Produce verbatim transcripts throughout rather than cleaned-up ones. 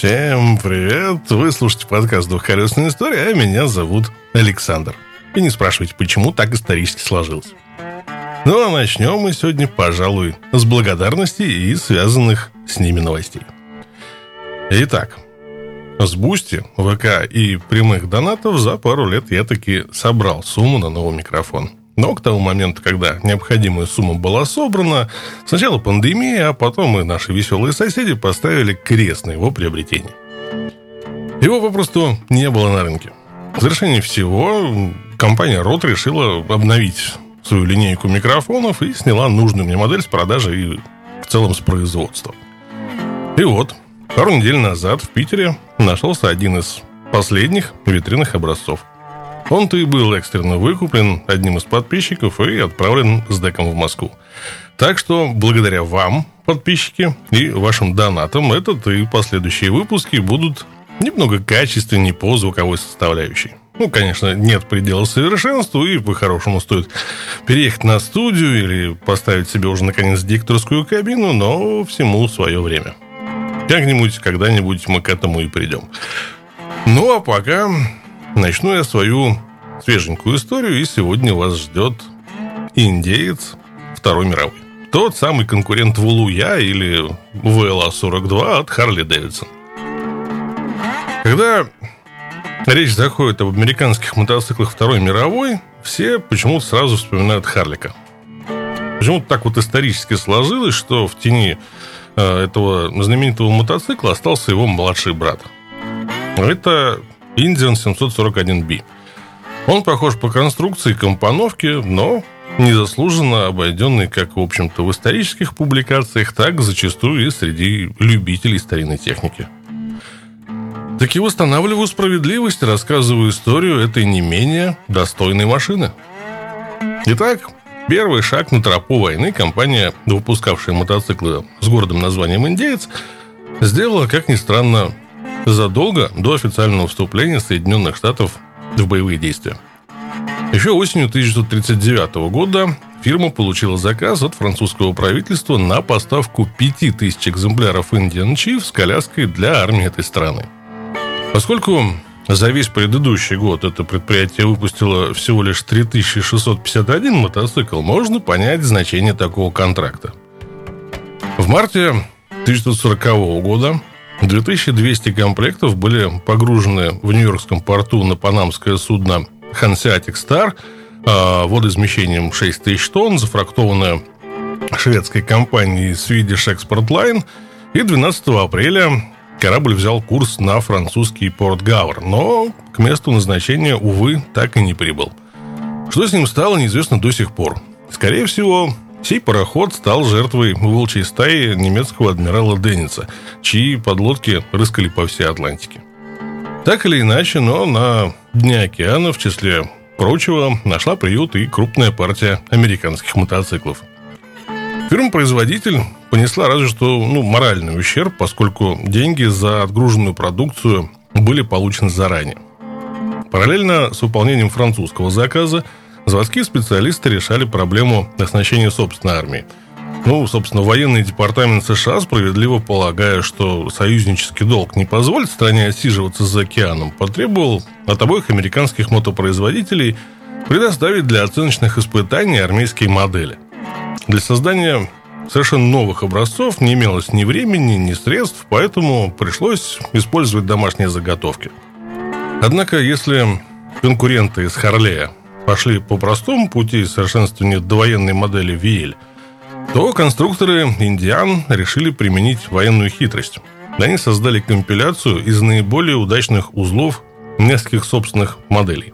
Всем привет! Вы слушаете подкаст «Двухколесная история», а меня зовут Александр. И не спрашивайте, почему так исторически сложилось. Ну, а начнем мы сегодня, пожалуй, с благодарностей и связанных с ними новостей. Итак, с Бусти, ВК и прямых донатов за пару лет я таки собрал сумму на новый микрофон. Но к тому моменту, когда необходимая сумма была собрана, сначала пандемия, а потом мы, наши веселые соседи, поставили крест на его приобретение. Его попросту не было на рынке. В завершении всего компания Rode решила обновить свою линейку микрофонов и сняла нужную мне модель с продажи и в целом с производства. И вот, пару недель назад в Питере нашелся один из последних витринных образцов. Он-то и был экстренно выкуплен одним из подписчиков и отправлен с деком в Москву. Так что, благодаря вам, подписчики, и вашим донатам, этот и последующие выпуски будут немного качественнее по звуковой составляющей. Ну, конечно, нет предела совершенству, и по-хорошему стоит переехать на студию или поставить себе уже, наконец, дикторскую кабину, но всему свое время. Как-нибудь, когда-нибудь мы к этому и придем. Ну, а пока... Начну я свою свеженькую историю, и сегодня вас ждет индеец Второй мировой. Тот самый конкурент Валуя или ви эл эй сорок два от Harley-Davidson. Когда речь заходит об американских мотоциклах Второй мировой, все почему-то сразу вспоминают Харлика. Почему-то так вот исторически сложилось, что в тени этого знаменитого мотоцикла остался его младший брат. Это Индиан семьсот сорок один би. Он похож по конструкции и компоновке, но незаслуженно обойденный как, в общем-то, в исторических публикациях, так зачастую и среди любителей старинной техники. Таки восстанавливаю справедливость, рассказываю историю этой не менее достойной машины. Итак, первый шаг на тропу войны компания, выпускавшая мотоциклы с гордым названием «Индеец», сделала, как ни странно, задолго до официального вступления Соединенных Штатов в боевые действия. Еще осенью тысяча девятьсот тридцать девятого года фирма получила заказ от французского правительства на поставку пяти тысяч экземпляров Indian Chief с коляской для армии этой страны. Поскольку за весь предыдущий год это предприятие выпустило всего лишь три тысячи шестьсот пятьдесят один мотоцикл, можно понять значение такого контракта. В марте тысяча девятьсот сорокового года две тысячи двести комплектов были погружены в Нью-Йоркском порту на панамское судно Hanseatic Star водоизмещением шесть тысяч тонн, зафрахтованное шведской компанией Swedish Export Line, и двенадцатого апреля корабль взял курс на французский порт Гавр, но к месту назначения, увы, так и не прибыл. Что с ним стало, неизвестно до сих пор. Скорее всего, сей пароход стал жертвой волчьей стаи немецкого адмирала Денниса, чьи подлодки рыскали по всей Атлантике. Так или иначе, но на дне океана, в числе прочего, нашла приют и крупная партия американских мотоциклов. Фирма-производитель понесла разве что ну, моральный ущерб, поскольку деньги за отгруженную продукцию были получены заранее. Параллельно с выполнением французского заказа заводские специалисты решали проблему оснащения собственной армии. Ну, собственно, военный департамент США, справедливо полагая, что союзнический долг не позволит стране отсиживаться за океаном, потребовал от обоих американских мотопроизводителей предоставить для оценочных испытаний армейские модели. Для создания совершенно новых образцов не имелось ни времени, ни средств, поэтому пришлось использовать домашние заготовки. Однако, если конкуренты из Харлея пошли по простому пути совершенствования довоенной модели ви эл, то конструкторы Индиан решили применить военную хитрость. Они создали компиляцию из наиболее удачных узлов нескольких собственных моделей.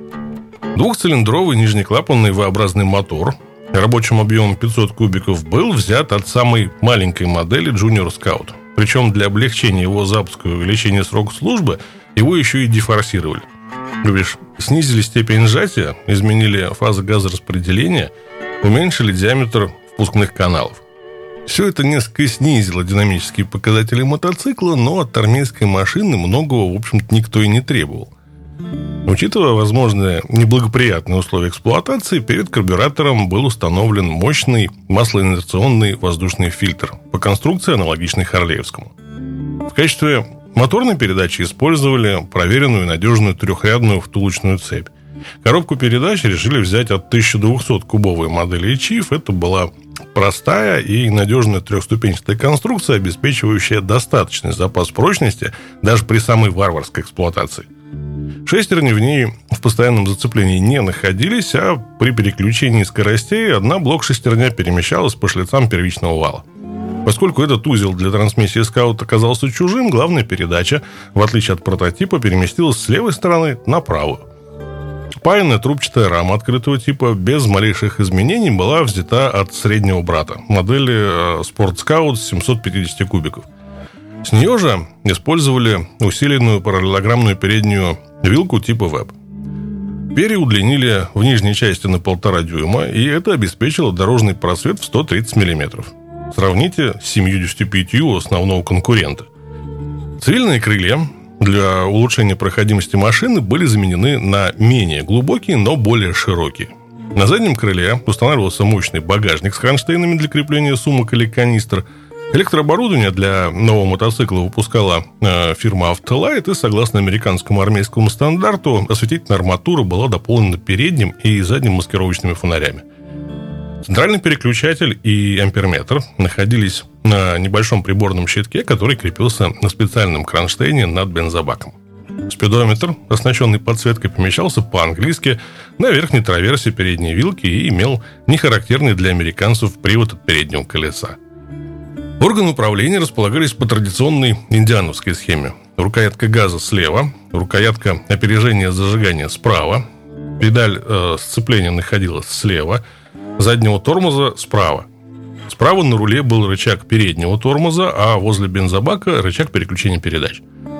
Двухцилиндровый нижнеклапанный V-образный мотор рабочим объемом пятьсот кубиков был взят от самой маленькой модели Junior Scout. Причем для облегчения его запуска и увеличения срока службы его еще и дефорсировали. Видишь, снизили степень сжатия, изменили фазы газораспределения, уменьшили диаметр впускных каналов. Все это несколько снизило динамические показатели мотоцикла, но от армейской машины многого, в общем-то, никто и не требовал. Учитывая возможные неблагоприятные условия эксплуатации, перед карбюратором был установлен мощный маслоинерционный воздушный фильтр по конструкции, аналогичный харлеевскому. В качестве Моторные передачи использовали проверенную и надежную трехрядную втулочную цепь. Коробку передач решили взять от тысяча двухсот кубовой модели Chief. Это была простая и надежная трехступенчатая конструкция, обеспечивающая достаточный запас прочности даже при самой варварской эксплуатации. Шестерни в ней в постоянном зацеплении не находились, а при переключении скоростей одна блок-шестерня перемещалась по шлицам первичного вала. Поскольку этот узел для трансмиссии Scout оказался чужим, главная передача, в отличие от прототипа, переместилась с левой стороны на правую. Спаянная трубчатая рама открытого типа без малейших изменений была взята от среднего брата, модели Sport Scout семьсот пятьдесят кубиков. С нее же использовали усиленную параллелограммную переднюю вилку типа Web. Перья удлинили в нижней части на полтора дюйма, и это обеспечило дорожный просвет в сто тридцать миллиметров. Сравните с семьюдесятью пятью у основного конкурента. Цивильные крылья для улучшения проходимости машины были заменены на менее глубокие, но более широкие. На заднем крыле устанавливался мощный багажник с кронштейнами для крепления сумок или канистр. Электрооборудование для нового мотоцикла выпускала э, фирма Автолайт, и согласно американскому армейскому стандарту осветительная арматура была дополнена передним и задним маскировочными фонарями. Центральный переключатель и амперметр находились на небольшом приборном щитке, который крепился на специальном кронштейне над бензобаком. Спидометр, оснащенный подсветкой, помещался по-английски на верхней траверсе передней вилки и имел нехарактерный для американцев привод от переднего колеса. Органы управления располагались по традиционной индиановской схеме. Рукоятка газа слева, рукоятка опережения зажигания справа, педаль э, сцепления находилась слева, заднего тормоза справа. Справа на руле был рычаг переднего тормоза, а возле бензобака рычаг переключения передач.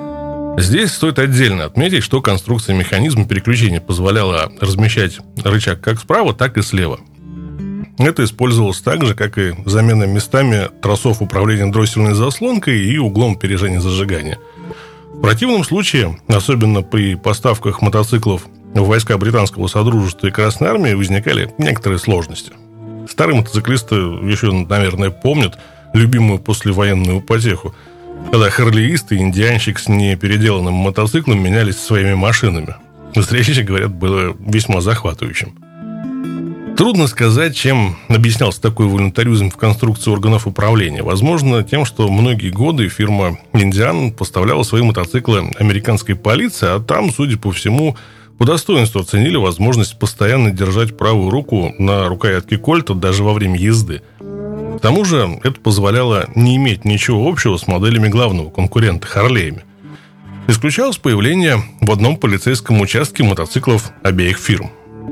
Здесь стоит отдельно отметить, что конструкция механизма переключения позволяла размещать рычаг как справа, так и слева. Это использовалось так же, как и замена местами тросов управления дроссельной заслонкой и углом опережения зажигания. В противном случае, особенно при поставках мотоциклов в войска британского содружества и Красной армии, возникали некоторые сложности. Старые мотоциклисты еще, наверное, помнят любимую послевоенную потеху, когда харлеист и индианщик с непеределанным мотоциклом менялись своими машинами. Зрелище, говорят, было весьма захватывающим. Трудно сказать, чем объяснялся такой волюнтаризм в конструкции органов управления. Возможно, тем, что многие годы фирма «Индиан» поставляла свои мотоциклы американской полиции, а там, судя по всему, по достоинству оценили возможность постоянно держать правую руку на рукоятке кольта даже во время езды. К тому же это позволяло не иметь ничего общего с моделями главного конкурента Харлеями. Исключалось появление в одном полицейском участке мотоциклов обеих фирм.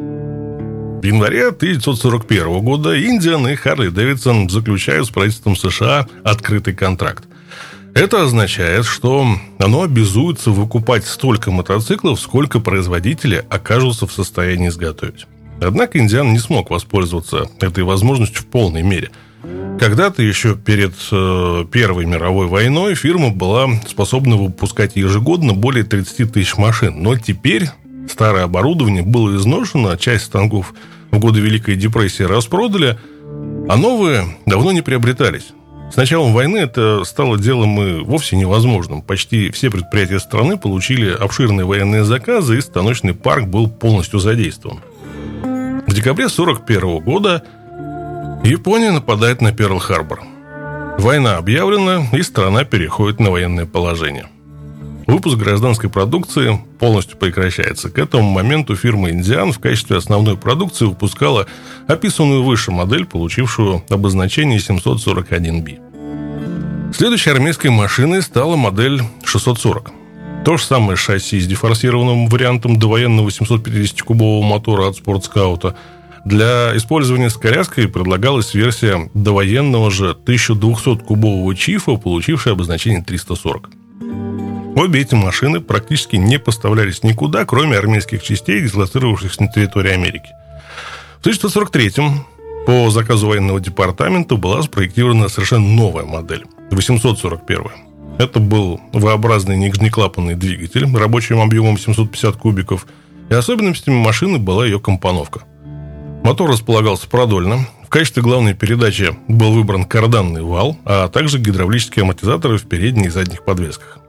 В январе тысяча девятьсот сорок первого года Индиан и Харли Дэвидсон заключают с правительством США открытый контракт. Это означает, что оно обязуется выкупать столько мотоциклов, сколько производители окажутся в состоянии изготовить. Однако Индиан не смог воспользоваться этой возможностью в полной мере. Когда-то еще перед э, Первой мировой войной фирма была способна выпускать ежегодно более тридцать тысяч машин, но теперь старое оборудование было изношено, часть станков в годы Великой депрессии распродали, а новые давно не приобретались. С началом войны это стало делом и вовсе невозможным. Почти все предприятия страны получили обширные военные заказы, и станочный парк был полностью задействован. В декабре сорок первого года Япония нападает на Перл-Харбор. Война объявлена, и страна переходит на военное положение. Выпуск гражданской продукции полностью прекращается. К этому моменту фирма «Индиан» в качестве основной продукции выпускала описанную выше модель, получившую обозначение семьсот сорок один би. Следующей армейской машиной стала модель шестьсот сорок. То же самое шасси с дефорсированным вариантом довоенного семьсот пятидесятикубового мотора от Sport Scout. Для использования с коляской предлагалась версия довоенного же тысяча двухсоткубового Чифа, получившая обозначение триста сорок. Обе эти машины практически не поставлялись никуда, кроме армейских частей, дислоцировавшихся на территории Америки. В тысяча девятьсот сорок третьем по заказу военного департамента была спроектирована совершенно новая модель – восемьсот сорок один. Это был V-образный нижнеклапанный двигатель рабочим объемом семьсот пятьдесят кубиков, и особенностью машины была ее компоновка. Мотор располагался продольно. В качестве главной передачи был выбран карданный вал, а также гидравлические амортизаторы в передней и задних подвесках.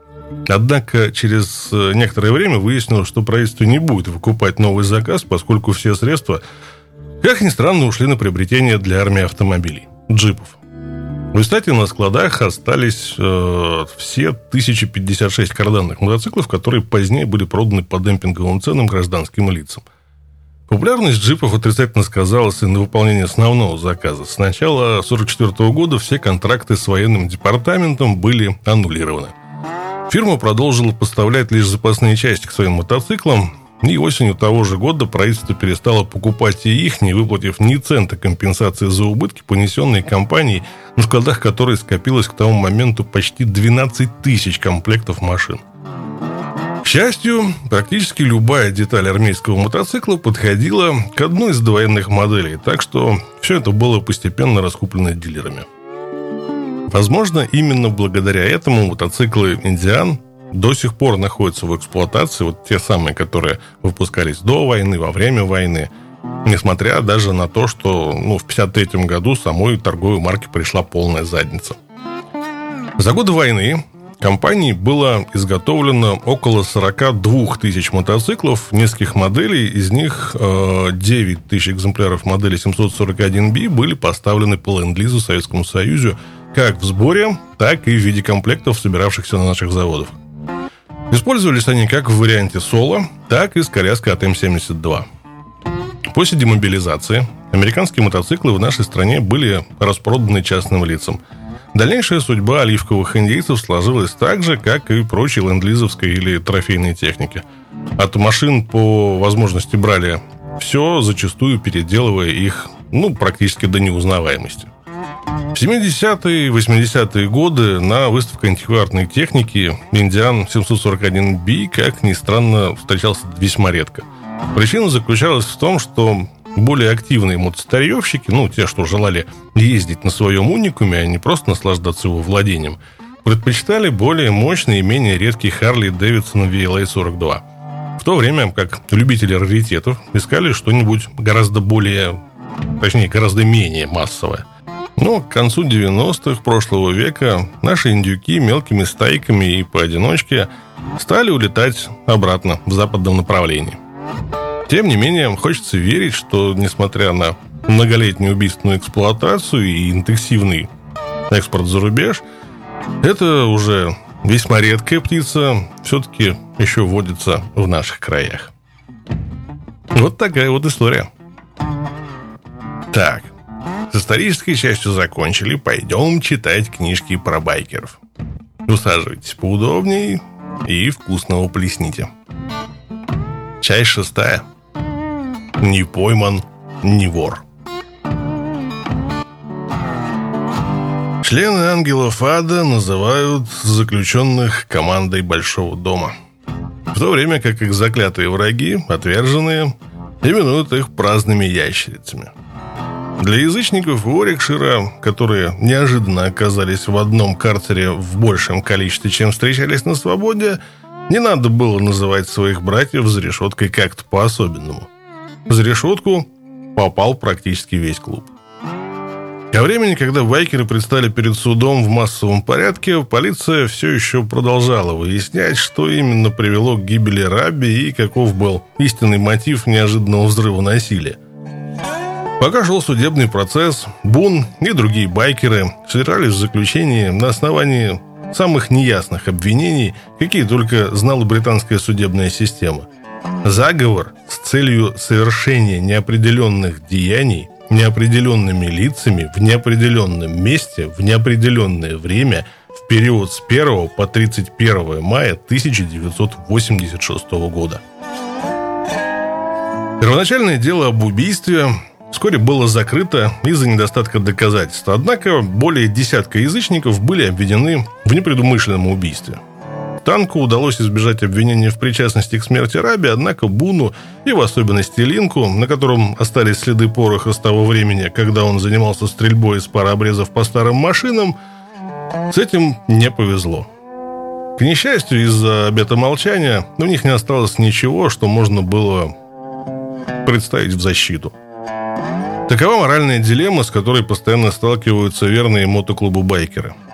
Однако через некоторое время выяснилось, что правительство не будет выкупать новый заказ, поскольку все средства, как ни странно, ушли на приобретение для армии автомобилей, джипов. В результате на складах остались э, все тысяча пятьдесят шесть карданных мотоциклов, которые позднее были проданы по демпинговым ценам гражданским лицам. Популярность джипов отрицательно сказалась и на выполнении основного заказа. С начала тысяча девятьсот сорок четвёртого года все контракты с военным департаментом были аннулированы. Фирма продолжила поставлять лишь запасные части к своим мотоциклам, и осенью того же года правительство перестало покупать и их, не выплатив ни цента компенсации за убытки, понесенные компанией, на складах которой скопилось к тому моменту почти двенадцать тысяч комплектов машин. К счастью, практически любая деталь армейского мотоцикла подходила к одной из довоенных моделей, так что все это было постепенно раскуплено дилерами. Возможно, именно благодаря этому мотоциклы «Индиан» до сих пор находятся в эксплуатации, вот те самые, которые выпускались до войны, во время войны, несмотря даже на то, что ну, в пятьдесят третьем году самой торговой марке пришла полная задница. За годы войны компанией было изготовлено около сорок два тысяч мотоциклов, нескольких моделей, из них девять тысяч экземпляров модели семьсот сорок один би были поставлены по ленд-лизу Советскому Союзу как в сборе, так и в виде комплектов, собиравшихся на наших заводах. Использовались они как в варианте соло, так и с коляской от эм семьдесят два. После демобилизации американские мотоциклы в нашей стране были распроданы частным лицам. Дальнейшая судьба оливковых индейцев сложилась так же, как и прочей ленд-лизовской или трофейной техники. От машин по возможности брали все, зачастую переделывая их ну, практически до неузнаваемости. В семидесятые и восьмидесятые годы на выставке антикварной техники «Индиан семьсот сорок один би», как ни странно, встречался весьма редко. Причина заключалась в том, что более активные мотостарьевщики, ну, те, что желали ездить на своем уникуме, а не просто наслаждаться его владением, предпочитали более мощный и менее редкий Harley Davidson ви эл эй сорок два. В то время как любители раритетов искали что-нибудь гораздо более, точнее, гораздо менее массовое. Но к концу девяностых прошлого века наши индюки мелкими стайками и поодиночке стали улетать обратно в западном направлении. Тем не менее, хочется верить, что, несмотря на многолетнюю убийственную эксплуатацию и интенсивный экспорт за рубеж, это уже весьма редкая птица все-таки еще водится в наших краях. Вот такая вот история. Так, с исторической частью закончили, пойдем читать книжки про байкеров. Усаживайтесь поудобнее и вкусного плесните. Часть шестая. Не пойман, не вор. Члены ангелов ада называют заключенных командой Большого дома, в то время как их заклятые враги, отверженные, именуют их праздными ящерицами. Для язычников Уорикшира, которые неожиданно оказались в одном карцере в большем количестве, чем встречались на свободе, не надо было называть своих братьев за решеткой как-то по-особенному. За решетку попал практически весь клуб. Ко времени, когда байкеры предстали перед судом в массовом порядке, полиция все еще продолжала выяснять, что именно привело к гибели Рабби и каков был истинный мотив неожиданного взрыва насилия. Пока шел судебный процесс, Бун и другие байкеры собирались в заключении на основании самых неясных обвинений, какие только знала британская судебная система. Заговор с целью совершения неопределенных деяний неопределенными лицами в неопределенном месте в неопределенное время в период с первого по тридцать первое мая тысяча девятьсот восемьдесят шестого года. Первоначальное дело об убийстве вскоре было закрыто из-за недостатка доказательств, однако более десятка язычников были обвинены в непредумышленном убийстве. Танку удалось избежать обвинения в причастности к смерти Рабби, однако Буну, и в особенности Линку, на котором остались следы пороха с того времени, когда он занимался стрельбой из парообрезов по старым машинам, с этим не повезло. К несчастью, из-за обета молчания у них не осталось ничего, что можно было представить в защиту. Такова моральная дилемма, с которой постоянно сталкиваются верные мотоклубу байкеры.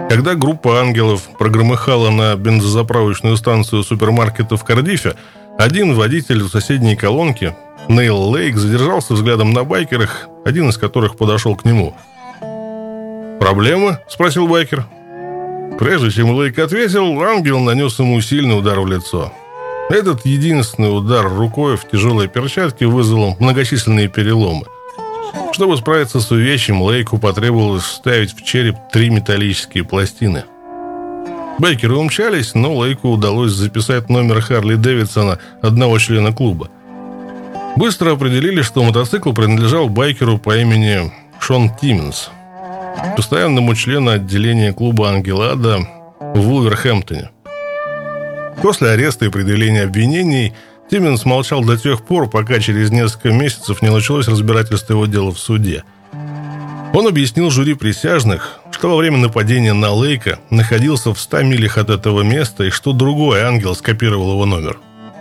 Когда группа ангелов прогромыхала на бензозаправочную станцию супермаркета в Кардифе, один водитель в соседней колонке, Нейл Лейк, задержался взглядом на байкерах, один из которых подошел к нему. «Проблемы?» – спросил байкер. Прежде чем Лейк ответил, ангел нанес ему сильный удар в лицо. Этот единственный удар рукой в тяжелой перчатке вызвал многочисленные переломы. Чтобы справиться с увечьем, Лейку потребовалось вставить в череп три металлические пластины. Байкеры умчались, но Лейку удалось записать номер Харли Дэвидсона, одного члена клуба. Быстро определили, что мотоцикл принадлежал байкеру по имени Шон Тимминс, постоянному члену отделения клуба «Ангелы Ада» в Вулверхэмптоне. После ареста и предъявления обвинений Тимминс молчал до тех пор, пока через несколько месяцев не началось разбирательство его дела в суде. Он объяснил жюри присяжных, что во время нападения на Лейка находился в ста милях от этого места и что другой ангел скопировал его номер.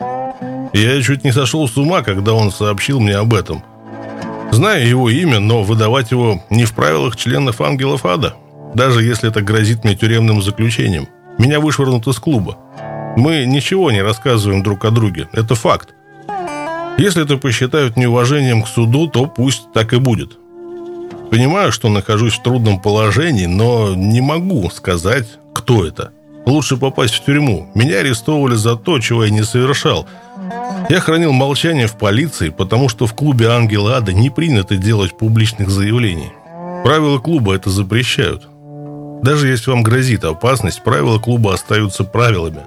Я чуть не сошел с ума, когда он сообщил мне об этом. Знаю его имя, но выдавать его не в правилах членов ангелов ада, даже если это грозит мне тюремным заключением. Меня вышвырнут из клуба. Мы ничего не рассказываем друг о друге. Это факт. Если это посчитают неуважением к суду, то пусть так и будет. Понимаю, что нахожусь в трудном положении, но не могу сказать, кто это. Лучше попасть в тюрьму. Меня арестовывали за то, чего я не совершал. Я хранил молчание в полиции, потому что в клубе «Ангелы Ада» не принято делать публичных заявлений. Правила клуба это запрещают. Даже если вам грозит опасность, правила клуба остаются правилами.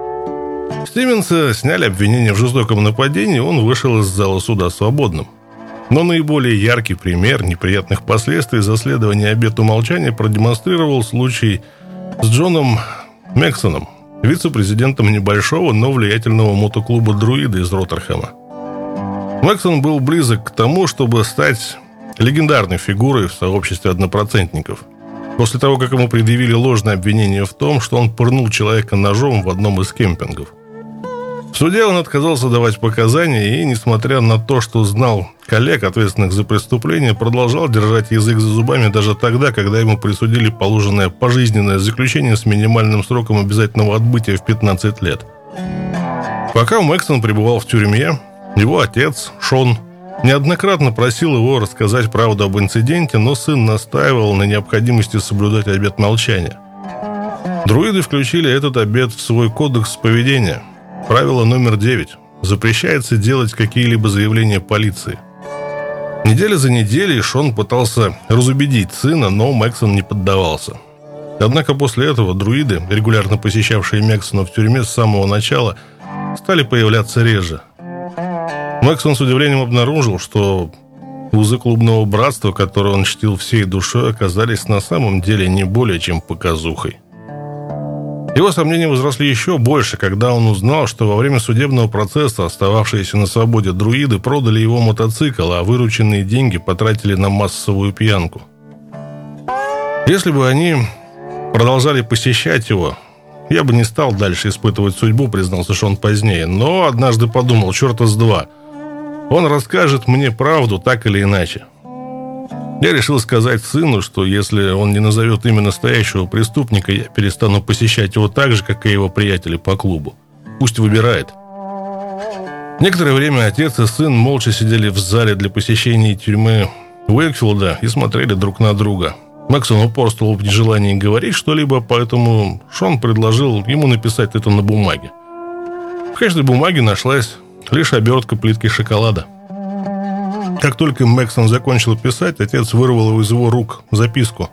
С Тимминса сняли обвинение в жестоком нападении, он вышел из зала суда свободным. Но наиболее яркий пример неприятных последствий за следование обету молчания продемонстрировал случай с Джоном Мэксоном, вице-президентом небольшого, но влиятельного мотоклуба «Друиды» из Роттерхэма. Мэксон был близок к тому, чтобы стать легендарной фигурой в сообществе однопроцентников. После того, как ему предъявили ложное обвинение в том, что он пырнул человека ножом в одном из кемпингов. В суде он отказался давать показания и, несмотря на то, что знал коллег, ответственных за преступление, продолжал держать язык за зубами даже тогда, когда ему присудили положенное пожизненное заключение с минимальным сроком обязательного отбытия в пятнадцать лет. Пока Мэксон пребывал в тюрьме, его отец, Шон, неоднократно просил его рассказать правду об инциденте, но сын настаивал на необходимости соблюдать обет молчания. Друиды включили этот обет в свой кодекс поведения. Правило номер девять. Запрещается делать какие-либо заявления полиции. Неделя за неделей Шон пытался разубедить сына, но Мэксон не поддавался. Однако после этого друиды, регулярно посещавшие Мэксона в тюрьме с самого начала, стали появляться реже. Мэксон с удивлением обнаружил, что узы клубного братства, которые он чтил всей душой, оказались на самом деле не более чем показухой. Его сомнения возросли еще больше, когда он узнал, что во время судебного процесса остававшиеся на свободе друиды продали его мотоцикл, а вырученные деньги потратили на массовую пьянку. Если бы они продолжали посещать его, я бы не стал дальше испытывать судьбу, признался Шон позднее, но однажды подумал, черта с два, он расскажет мне правду так или иначе. Я решил сказать сыну, что если он не назовет имя настоящего преступника, я перестану посещать его так же, как и его приятели по клубу. Пусть выбирает. Некоторое время отец и сын молча сидели в зале для посещения тюрьмы Уэйкфилда и смотрели друг на друга. Мэксон упорствовал в нежелании говорить что-либо, поэтому Шон предложил ему написать это на бумаге. В каждой бумаге нашлась лишь обертка плитки шоколада. Как только Мэксон закончил писать, отец вырвал из его рук записку.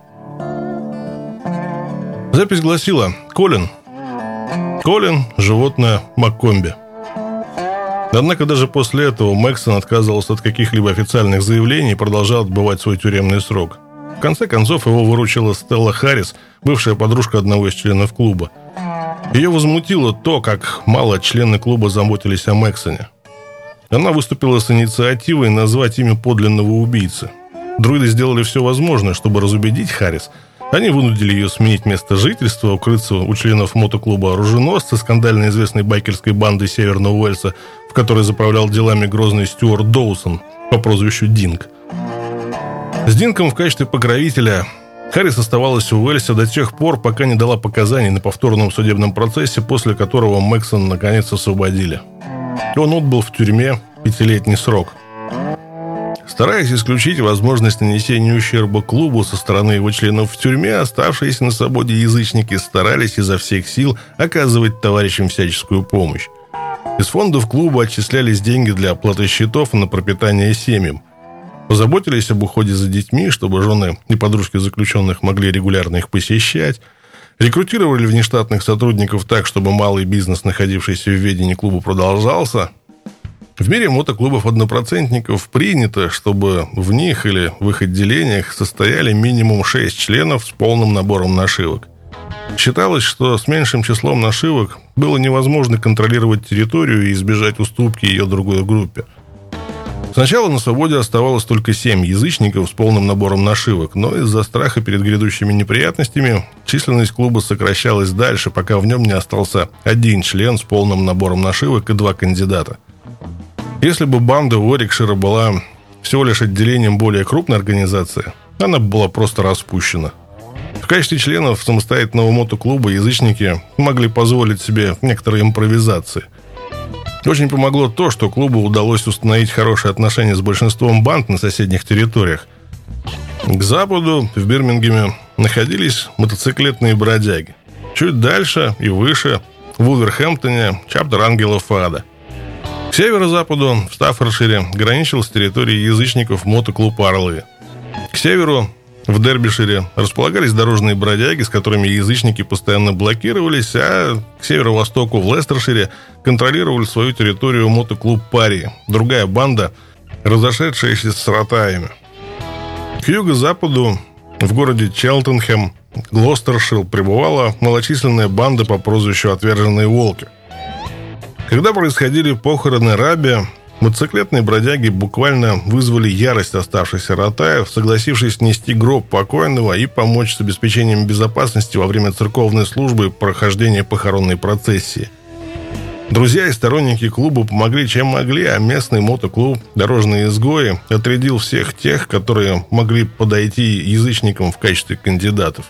Запись гласила: «Колин. Колин, животное Маккомби». Однако даже после этого Мэксон отказывался от каких-либо официальных заявлений и продолжал отбывать свой тюремный срок. В конце концов его выручила Стелла Харрис, бывшая подружка одного из членов клуба. Ее возмутило то, как мало члены клуба заботились о Мэксоне. Она выступила с инициативой назвать имя подлинного убийцы. Друиды сделали все возможное, чтобы разубедить Харрис. Они вынудили ее сменить место жительства, укрыться у членов мотоклуба «Оруженосцы», скандально известной байкерской банды Северного Уэльса, в которой заправлял делами грозный Стюарт Доусон по прозвищу Динк. С Динком в качестве покровителя Харрис оставалась в Уэльсе до тех пор, пока не дала показаний на повторном судебном процессе, после которого Мэксон наконец освободили. Он отбыл в тюрьме пятилетний срок. Стараясь исключить возможность нанесения ущерба клубу со стороны его членов в тюрьме, оставшиеся на свободе язычники старались изо всех сил оказывать товарищам всяческую помощь. Из фондов клуба отчислялись деньги для оплаты счетов и на пропитание семьям. Позаботились об уходе за детьми, чтобы жены и подружки заключенных могли регулярно их посещать. Рекрутировали внештатных сотрудников так, чтобы малый бизнес, находившийся в ведении клуба, продолжался. В мире мотоклубов-однопроцентников принято, чтобы в них или в их отделениях состояли минимум шесть членов с полным набором нашивок. Считалось, что с меньшим числом нашивок было невозможно контролировать территорию и избежать уступки ее другой группе. Сначала на свободе оставалось только семь язычников с полным набором нашивок, но из-за страха перед грядущими неприятностями численность клуба сокращалась дальше, пока в нем не остался один член с полным набором нашивок и два кандидата. Если бы банда Уорикшира была всего лишь отделением более крупной организации, она была просто распущена. В качестве членов самостоятельного мотоклуба язычники могли позволить себе некоторые импровизации. Очень помогло то, что клубу удалось установить хорошие отношения с большинством банд на соседних территориях. К западу, в Бирмингеме, находились мотоциклетные бродяги. Чуть дальше и выше, в Вулверхэмптоне, чаптер Ангелов Ада. К северо-западу, в Стаффордшире, граничил с территорией язычников мотоклуб Орлы. К северу, в Дербишире, располагались дорожные бродяги, с которыми язычники постоянно блокировались, а к северо-востоку, в Лестершире, контролировали свою территорию мотоклуб Пари, другая банда, разошедшаяся с ротаями. К юго-западу, в городе Челтенхэм, Глостершир, пребывала малочисленная банда по прозвищу «Отверженные волки». Когда происходили похороны Раби, мотоциклетные бродяги буквально вызвали ярость оставшихся ротаев, согласившись нести гроб покойного и помочь с обеспечением безопасности во время церковной службы и прохождения похоронной процессии. Друзья и сторонники клуба помогли чем могли, а местный мотоклуб «Дорожные изгои» отрядил всех тех, которые могли подойти язычникам в качестве кандидатов.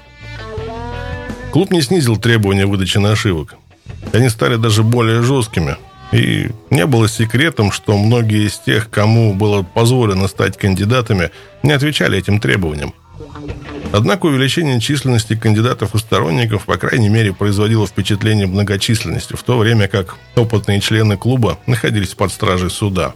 Клуб не снизил требования выдачи нашивок. Они стали даже более жесткими. И не было секретом, что многие из тех, кому было позволено стать кандидатами, не отвечали этим требованиям. Однако увеличение численности кандидатов и сторонников, по крайней мере, производило впечатление многочисленности, в то время как опытные члены клуба находились под стражей суда.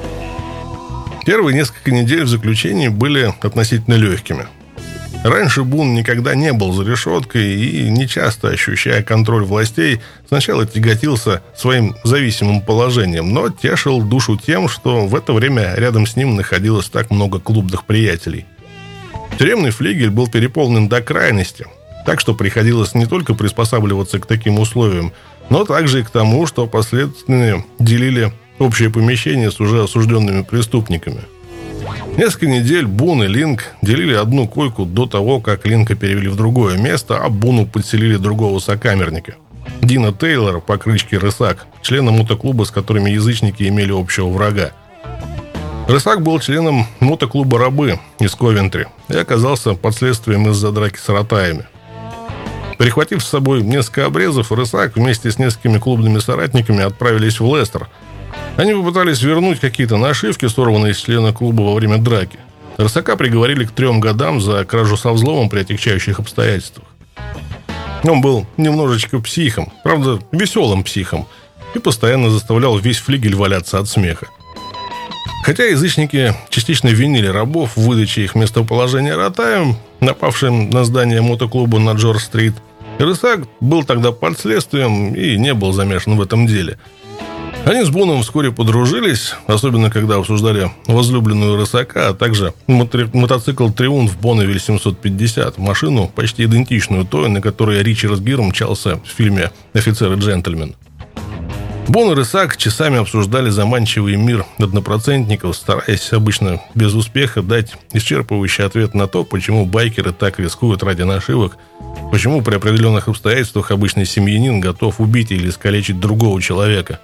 Первые несколько недель в заключении были относительно легкими. Раньше Бун никогда не был за решеткой и, нечасто ощущая контроль властей, сначала тяготился своим зависимым положением, но тешил душу тем, что в это время рядом с ним находилось так много клубных приятелей. Тюремный флигель был переполнен до крайности, так что приходилось не только приспосабливаться к таким условиям, но также и к тому, что последовательные делили общее помещение с уже осужденными преступниками. Несколько недель Бун и Линк делили одну койку до того, как Линка перевели в другое место, а Буну подселили другого сокамерника. Дина Тейлора по кличке Рысак, члена мотоклуба, с которыми язычники имели общего врага. Рысак был членом мотоклуба «Рабы» из Ковентри и оказался под следствием из-за драки с ротаями. Прихватив с собой несколько обрезов, Рысак вместе с несколькими клубными соратниками отправились в Лестер. Они попытались вернуть какие-то нашивки, сорванные с члена клуба во время драки. Рысака приговорили к трем годам за кражу со взломом при отягчающих обстоятельствах. Он был немножечко психом, правда, веселым психом, и постоянно заставлял весь флигель валяться от смеха. Хотя язычники частично винили рабов в выдаче их местоположения ротаем, напавшим на здание мотоклуба на Джордж-стрит, Рысак был тогда под следствием и не был замешан в этом деле. Они с Буном вскоре подружились, особенно когда обсуждали возлюбленную Рысака, а также мотри- мотоцикл «Триумф» Бонневиль семьсот пятьдесят, машину, почти идентичную той, на которой Ричард Гир мчался в фильме «Офицер и джентльмен». Бон и Рысак часами обсуждали заманчивый мир однопроцентников, стараясь обычно без успеха дать исчерпывающий ответ на то, почему байкеры так рискуют ради нашивок, почему при определенных обстоятельствах обычный семьянин готов убить или искалечить другого человека.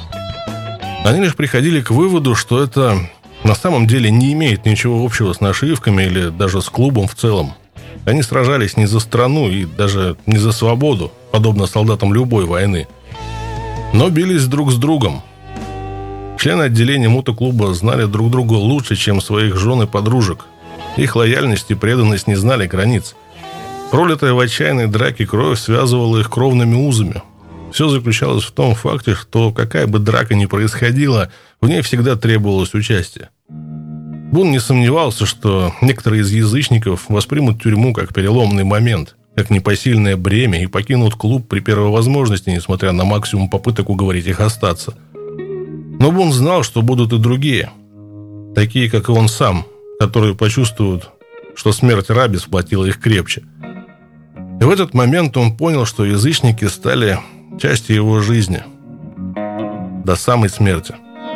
Они лишь приходили к выводу, что это на самом деле не имеет ничего общего с нашивками или даже с клубом в целом. Они сражались не за страну и даже не за свободу, подобно солдатам любой войны, но бились друг с другом. Члены отделения мотоклуба знали друг друга лучше, чем своих жен и подружек. Их лояльность и преданность не знали границ. Пролитая в отчаянной драке кровь связывала их кровными узами. Все заключалось в том факте, что какая бы драка ни происходила, в ней всегда требовалось участие. Бун не сомневался, что некоторые из язычников воспримут тюрьму как переломный момент, как непосильное бремя и покинут клуб при первой возможности, несмотря на максимум попыток уговорить их остаться. Но Бун знал, что будут и другие, такие, как и он сам, которые почувствуют, что смерть Раби сплотила их крепче. И в этот момент он понял, что язычники стали частью его жизни до самой смерти.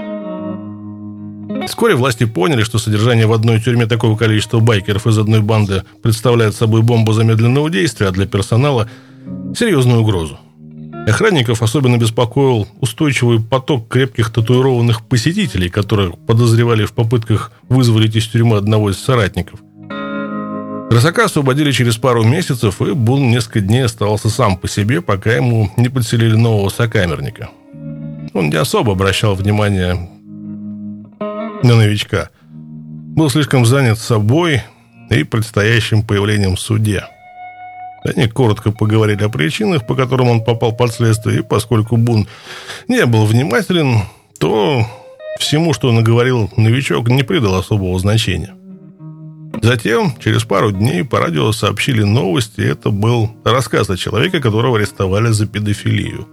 Вскоре власти поняли, что содержание в одной тюрьме такого количества байкеров из одной банды представляет собой бомбу замедленного действия, а для персонала – серьезную угрозу. Охранников особенно беспокоил устойчивый поток крепких татуированных посетителей, которых подозревали в попытках вызволить из тюрьмы одного из соратников. Рысака освободили через пару месяцев, и Бун несколько дней оставался сам по себе, пока ему не подселили нового сокамерника. Он не особо обращал внимание на новичка. Был слишком занят собой и предстоящим появлением в суде. Они коротко поговорили о причинах, по которым он попал под следствие, и поскольку Бун не был внимателен, то всему, что наговорил новичок, не придал особого значения. Затем, через пару дней, по радио сообщили новости, и это был рассказ о человеке, которого арестовали за педофилию.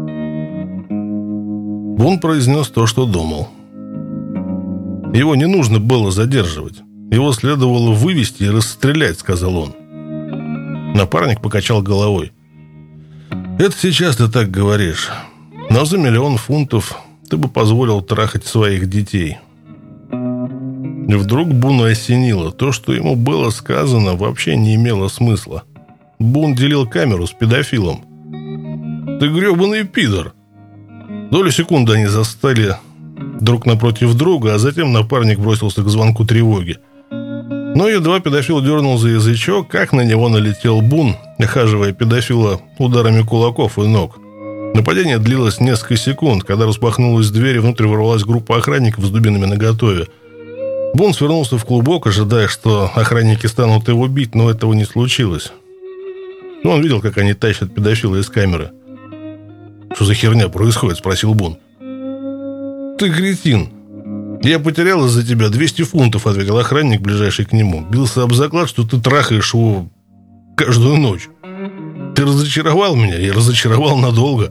Бун произнес то, что думал. Его не нужно было задерживать. Его следовало вывести и расстрелять, сказал он. Напарник покачал головой. Это сейчас ты так говоришь. Но за миллион фунтов ты бы позволил трахать своих детей. И вдруг Буну осенило. То, что ему было сказано, вообще не имело смысла. Бун делил камеру с педофилом. Ты гребаный пидор. Долю секунды они застали друг напротив друга, а затем напарник бросился к звонку тревоги. Но едва педофил дернул за язычок, как на него налетел Бун, охаживая педофила ударами кулаков и ног. Нападение длилось несколько секунд. Когда распахнулась дверь, внутрь ворвалась группа охранников с дубинами наготове. Бун свернулся в клубок, ожидая, что охранники станут его бить, но этого не случилось. Но он видел, как они тащат педофила из камеры. «Что за херня происходит?» – спросил Бун. «Ты кретин! Я потерял из-за тебя двести фунтов», — ответил охранник, ближайший к нему. «Бился об заклад, что ты трахаешь его каждую ночь. Ты разочаровал меня, я разочаровал надолго».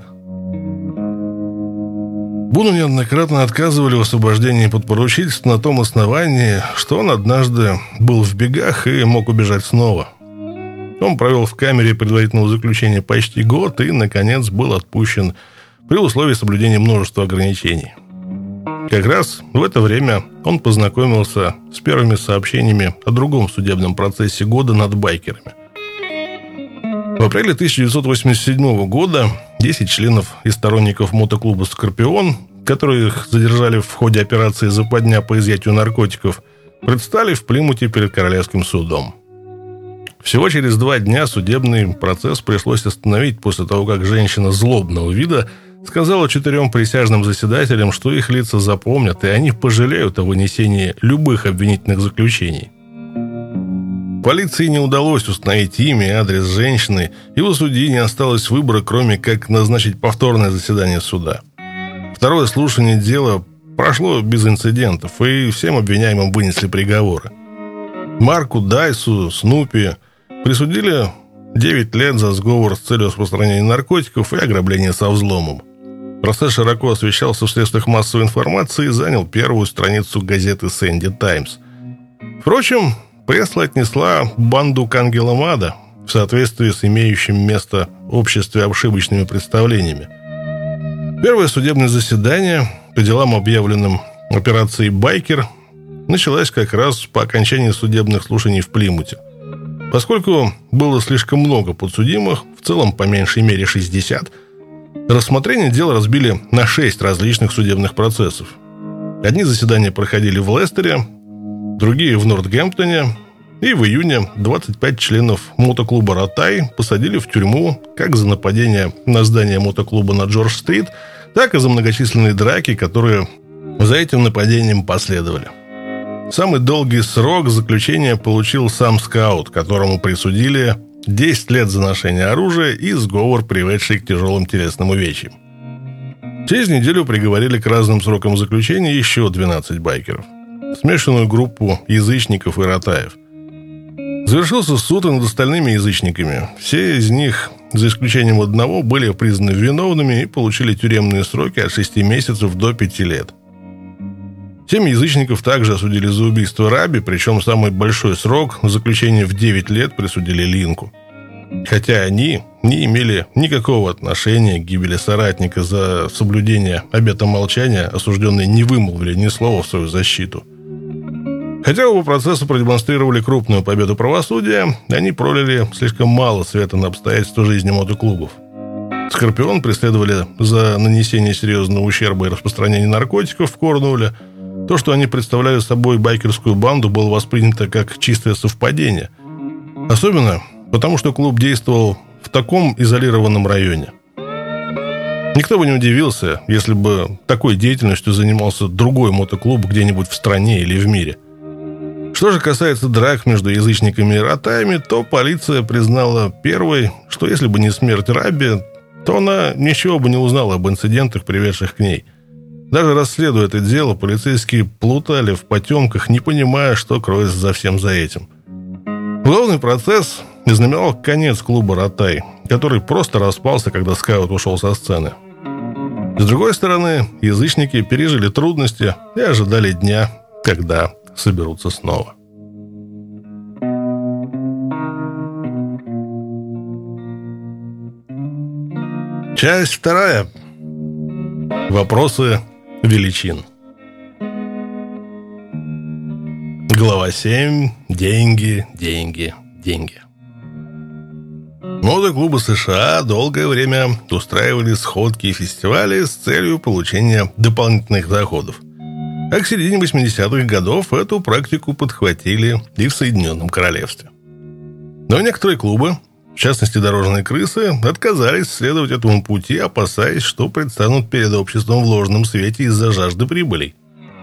Буну неоднократно отказывали в освобождении под поручительство на том основании, что он однажды был в бегах и мог убежать снова. Он провел в камере предварительного заключения почти год и, наконец, был отпущен при условии соблюдения множества ограничений. Как раз в это время он познакомился с первыми сообщениями о другом судебном процессе года над байкерами. В апреле тысяча девятьсот восемьдесят седьмого года десять членов и сторонников мотоклуба «Скорпион», которых задержали в ходе операции «Западня» по изъятию наркотиков, предстали в Плимуте перед Королевским судом. Всего через два дня судебный процесс пришлось остановить после того, как женщина злобного вида сказала четырем присяжным заседателям, что их лица запомнят, и они пожалеют о вынесении любых обвинительных заключений. Полиции не удалось установить имя и адрес женщины, и у судьи не осталось выбора, кроме как назначить повторное заседание суда. Второе слушание дела прошло без инцидентов, и всем обвиняемым вынесли приговоры. Марку, Дайсу, Снупи присудили девять лет за сговор с целью распространения наркотиков и ограбление со взломом. Процесс широко освещался в средствах массовой информации и занял первую страницу газеты «Сэнди Таймс». Впрочем, пресса отнесла банду к ангелам ада в соответствии с имеющим место в обществе ошибочными представлениями. Первое судебное заседание по делам, объявленным операцией «Байкер», началось как раз по окончании судебных слушаний в Плимуте. Поскольку было слишком много подсудимых, в целом по меньшей мере шестьдесят, рассмотрение дела разбили на шесть различных судебных процессов. Одни заседания проходили в Лестере, другие в Нортгемптоне, И в июне двадцать пять членов мотоклуба «Ротай» посадили в тюрьму как за нападение на здание мотоклуба на Джордж-стрит, так и за многочисленные драки, которые за этим нападением последовали. Самый долгий срок заключения получил сам скаут, которому присудили десять лет за ношение оружия и сговор, приведший к тяжелым телесным увечьям. Через неделю приговорили к разным срокам заключения еще двенадцать байкеров. Смешанную группу язычников и ротаев. Завершился суд и над остальными язычниками. Все из них, за исключением одного, были признаны виновными и получили тюремные сроки от шести месяцев до пяти лет. Семь язычников также осудили за убийство Раби, причем самый большой срок заключения в девять лет присудили Линку. Хотя они не имели никакого отношения к гибели соратника. За соблюдение обета молчания осужденные не вымолвили ни слова в свою защиту. Хотя оба процесса продемонстрировали крупную победу правосудия, они пролили слишком мало света на обстоятельства жизни мотоклубов. Скорпион преследовали за нанесение серьезного ущерба и распространение наркотиков в Корнуолле. То, что они представляли собой байкерскую банду, было воспринято как чистое совпадение. Особенно потому, что клуб действовал в таком изолированном районе. Никто бы не удивился, если бы такой деятельностью занимался другой мотоклуб где-нибудь в стране или в мире. Что же касается драк между язычниками и ротаями, то полиция признала первой, что если бы не смерть Раби, то она ничего бы не узнала об инцидентах, приведших к ней. Даже расследуя это дело, полицейские плутали в потемках, не понимая, что кроется за всем за этим. Главный процесс знаменовал конец клуба «Ротай», который просто распался, когда скаут ушел со сцены. С другой стороны, язычники пережили трудности и ожидали дня, когда соберутся снова. Часть вторая. Вопросы величин. Глава семь. Деньги, деньги, деньги. Мотоклубы США долгое время устраивали сходки и фестивали с целью получения дополнительных доходов. А к середине восьмидесятых годов эту практику подхватили и в Соединенном Королевстве. Но некоторые клубы, в частности дорожные крысы, отказались следовать этому пути, опасаясь, что предстанут перед обществом в ложном свете из-за жажды прибылей.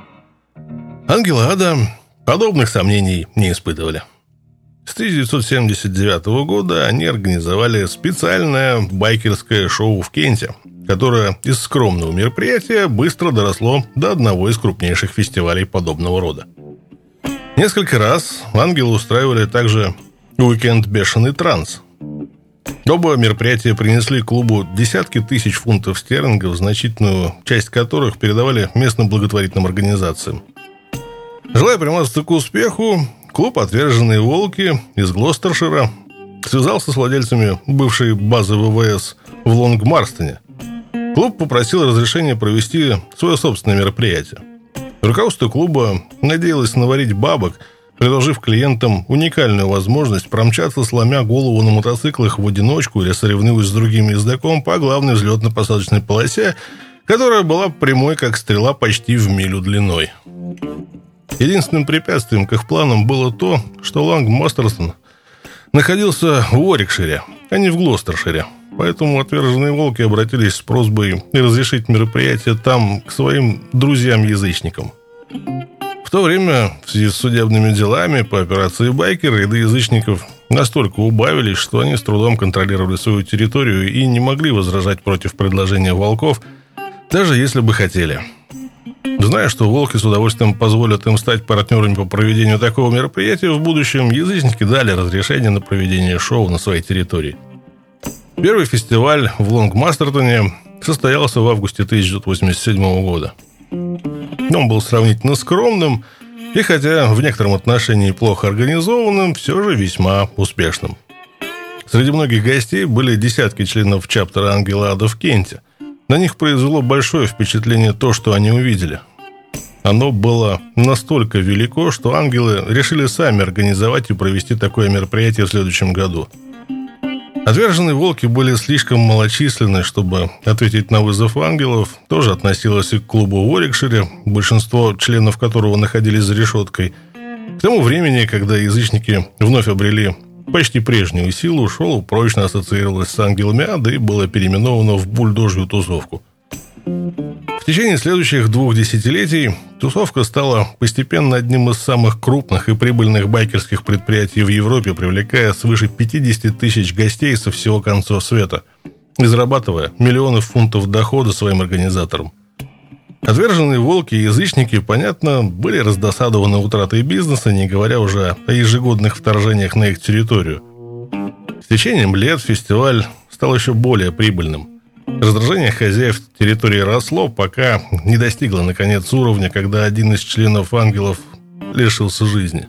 Ангелы Ада подобных сомнений не испытывали. С тысяча девятьсот семьдесят девятого года они организовали специальное байкерское шоу в Кенте, которое из скромного мероприятия быстро доросло до одного из крупнейших фестивалей подобного рода. Несколько раз ангелы устраивали также уикенд «Бешеный транс». Оба мероприятия принесли клубу десятки тысяч фунтов стерлингов, значительную часть которых передавали местным благотворительным организациям. Желая примазаться к успеху, клуб «Отверженные волки» из Глостершира связался с владельцами бывшей базы ВВС в Лонг-Марстоне. Клуб попросил разрешения провести свое собственное мероприятие. Руководство клуба надеялось наварить бабок, предложив клиентам уникальную возможность промчаться, сломя голову на мотоциклах в одиночку или соревнуясь с другим ездаком по главной взлетно-посадочной полосе, которая была прямой, как стрела, почти в милю длиной. Единственным препятствием к их планам было то, что Лонг-Мастерстон находился в Уорикшире, а не в Глостершире. Поэтому «Отверженные волки» обратились с просьбой разрешить мероприятие там к своим друзьям-язычникам. В то время, в связи с судебными делами по операции «Байкер», ряды язычников настолько убавились, что они с трудом контролировали свою территорию и не могли возражать против предложения волков, даже если бы хотели. Зная, что волки с удовольствием позволят им стать партнерами по проведению такого мероприятия в будущем, язычники дали разрешение на проведение шоу на своей территории. Первый фестиваль в Лонг-Мастертоне состоялся в августе тысяча девятьсот восемьдесят седьмого года. Он был сравнительно скромным и, хотя в некотором отношении плохо организованным, все же весьма успешным. Среди многих гостей были десятки членов чаптера «Ангелы Ада» в Кенте. На них произвело большое впечатление то, что они увидели. Оно было настолько велико, что ангелы решили сами организовать и провести такое мероприятие в следующем году. Отверженные волки были слишком малочисленны, чтобы ответить на вызов ангелов. Тоже относилось и к клубу в Уорикшире, большинство членов которого находились за решеткой. К тому времени, когда язычники вновь обрели почти прежнюю силу, шоу прочно ассоциировалось с ангелами ада и было переименовано в бульдожью тусовку. В течение следующих двух десятилетий тусовка стала постепенно одним из самых крупных и прибыльных байкерских предприятий в Европе, привлекая свыше пятьдесят тысяч гостей со всего конца света и зарабатывая миллионы фунтов дохода своим организаторам. Отверженные волки и язычники, понятно, были раздосадованы утратой бизнеса, не говоря уже о ежегодных вторжениях на их территорию. С течением лет фестиваль стал еще более прибыльным. Раздражение хозяев территории росло, пока не достигло, наконец, уровня, когда один из членов ангелов лишился жизни.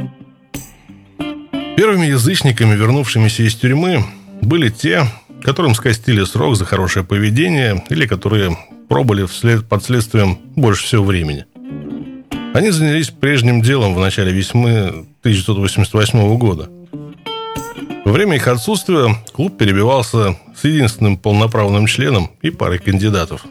Первыми язычниками, вернувшимися из тюрьмы, были те, которым скостили срок за хорошее поведение или которые пробыли вслед под следствием больше всего времени. Они занялись прежним делом в начале весны тысяча девятьсот восемьдесят восьмого года. Во время их отсутствия клуб перебивался с единственным полноправным членом и парой кандидатов.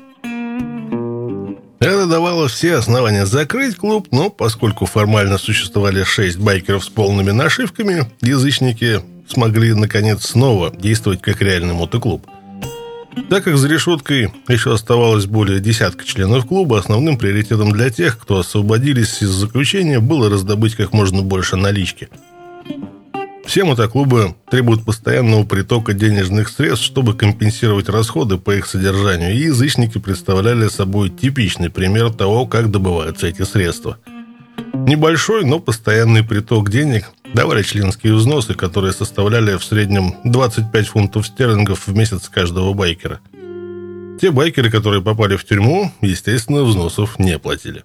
Это давало все основания закрыть клуб, но поскольку формально существовали шесть байкеров с полными нашивками, язычники смогли, наконец, снова действовать как реальный мотоклуб. Так как за решеткой еще оставалось более десятка членов клуба, основным приоритетом для тех, кто освободились из заключения, было раздобыть как можно больше налички. Все мотоклубы требуют постоянного притока денежных средств, чтобы компенсировать расходы по их содержанию, и язычники представляли собой типичный пример того, как добываются эти средства. Небольшой, но постоянный приток денег давали членские взносы, которые составляли в среднем двадцать пять фунтов стерлингов в месяц каждого байкера. Те байкеры, которые попали в тюрьму, естественно, взносов не платили.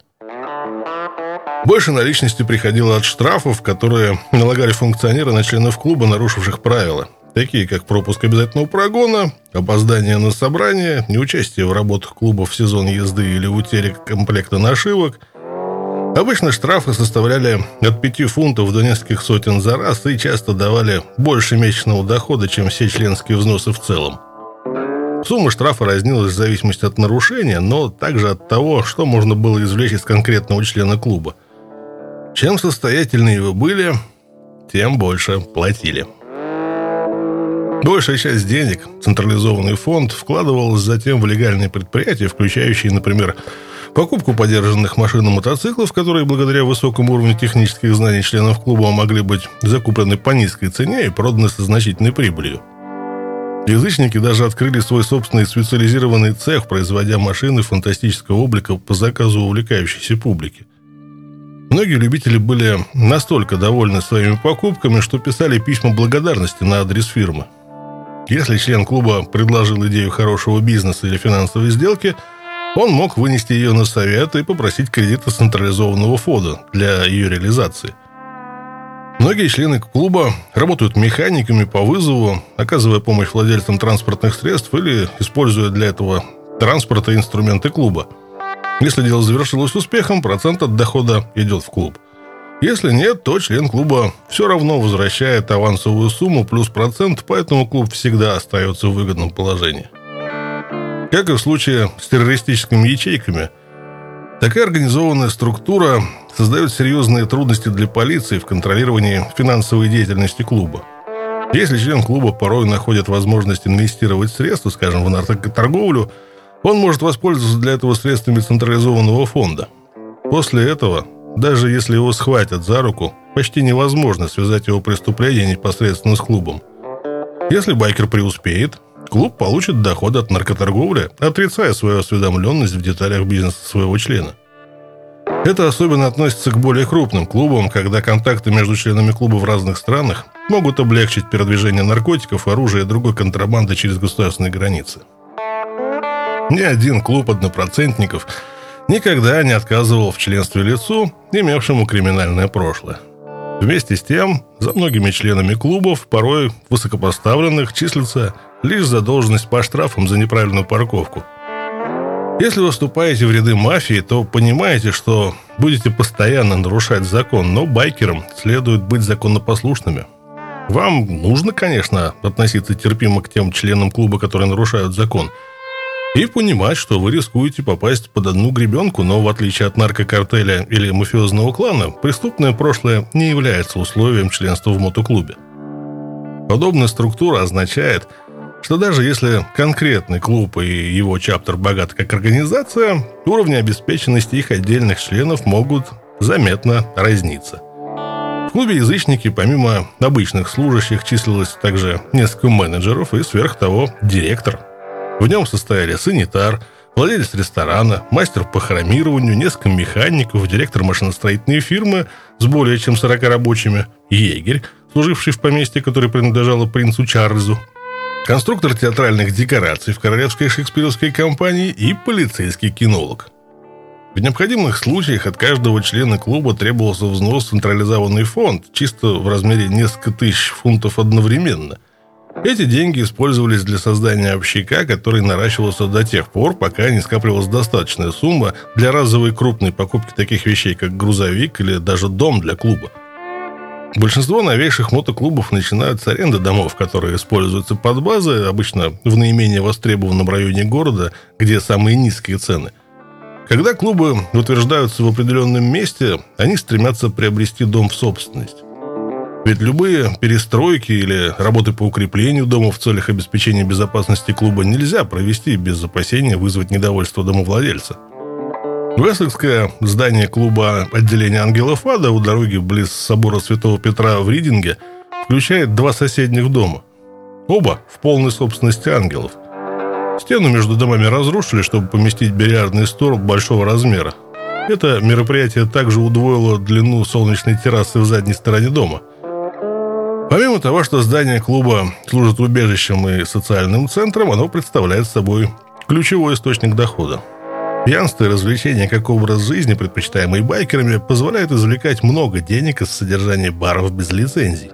Больше наличности приходило от штрафов, которые налагали функционеры на членов клуба, нарушивших правила, такие как пропуск обязательного прогона, опоздание на собрание, неучастие в работах клуба в сезон езды или утеря комплекта нашивок. Обычно штрафы составляли от пяти фунтов до нескольких сотен за раз и часто давали больше месячного дохода, чем все членские взносы в целом. Сумма штрафа разнилась в зависимости от нарушения, но также от того, что можно было извлечь из конкретного члена клуба. Чем состоятельнее вы были, тем больше платили. Большая часть денег централизованный фонд вкладывалась затем в легальные предприятия, включающие, например, покупку подержанных машин и мотоциклов, которые благодаря высокому уровню технических знаний членов клуба могли быть закуплены по низкой цене и проданы со значительной прибылью. Язычники даже открыли свой собственный специализированный цех, производя машины фантастического облика по заказу увлекающейся публики. Многие любители были настолько довольны своими покупками, что писали письма благодарности на адрес фирмы. Если член клуба предложил идею хорошего бизнеса или финансовой сделки, он мог вынести ее на совет и попросить кредита централизованного фонда для ее реализации. Многие члены клуба работают механиками по вызову, оказывая помощь владельцам транспортных средств или используя для этого транспорта и инструменты клуба. Если дело завершилось успехом, процент от дохода идет в клуб. Если нет, то член клуба все равно возвращает авансовую сумму плюс процент, поэтому клуб всегда остается в выгодном положении. Как и в случае с террористическими ячейками, такая организованная структура создает серьезные трудности для полиции в контролировании финансовой деятельности клуба. Если член клуба порой находит возможность инвестировать средства, скажем, в наркоторговлю, он может воспользоваться для этого средствами централизованного фонда. После этого, даже если его схватят за руку, почти невозможно связать его преступление непосредственно с клубом. Если байкер преуспеет, клуб получит доход от наркоторговли, отрицая свою осведомленность в деталях бизнеса своего члена. Это особенно относится к более крупным клубам, когда контакты между членами клуба в разных странах могут облегчить передвижение наркотиков, оружия и другой контрабанды через государственные границы. Ни один клуб однопроцентников никогда не отказывал в членстве лицу, имевшему криминальное прошлое. Вместе с тем, за многими членами клубов, порой высокопоставленных, числится лишь задолженность по штрафам за неправильную парковку. Если вы вступаете в ряды мафии, то понимаете, что будете постоянно нарушать закон, но байкерам следует быть законопослушными. Вам нужно, конечно, относиться терпимо к тем членам клуба, которые нарушают закон. и понимать, что вы рискуете попасть под одну гребенку, но в отличие от наркокартеля или мафиозного клана, преступное прошлое не является условием членства в мотоклубе. Подобная структура означает, что даже если конкретный клуб и его чаптер богаты как организация, уровни обеспеченности их отдельных членов могут заметно разниться. В клубе «Язычники» помимо обычных служащих числилось также несколько менеджеров и сверх того директор. В нем состояли санитар, владелец ресторана, мастер по хромированию, несколько механиков, директор машиностроительной фирмы с более чем сорока рабочими, егерь, служивший в поместье, которое принадлежало принцу Чарльзу, конструктор театральных декораций в Королевской шекспировской компании и полицейский кинолог. В необходимых случаях от каждого члена клуба требовался взнос в централизованный фонд, чисто в размере несколько тысяч фунтов одновременно. Эти деньги использовались для создания общака, который наращивался до тех пор, пока не скапливалась достаточная сумма для разовой крупной покупки таких вещей, как грузовик или даже дом для клуба. Большинство новейших мотоклубов начинают с аренды домов, которые используются под базы, обычно в наименее востребованном районе города, где самые низкие цены. Когда клубы утверждаются в определенном месте, они стремятся приобрести дом в собственность. Ведь любые перестройки или работы по укреплению дома в целях обеспечения безопасности клуба нельзя провести без опасения вызвать недовольство домовладельца. Вессекское здание клуба отделения Ангелов Ада у дороги близ собора Святого Петра в Ридинге включает два соседних дома. Оба в полной собственности ангелов. Стену между домами разрушили, чтобы поместить бильярдный стол большого размера. Это мероприятие также удвоило длину солнечной террасы в задней стороне дома. Помимо того, что здание клуба служит убежищем и социальным центром, оно представляет собой ключевой источник дохода. Пьянство и развлечения как образ жизни, предпочитаемый байкерами, позволяют извлекать много денег из содержания баров без лицензий.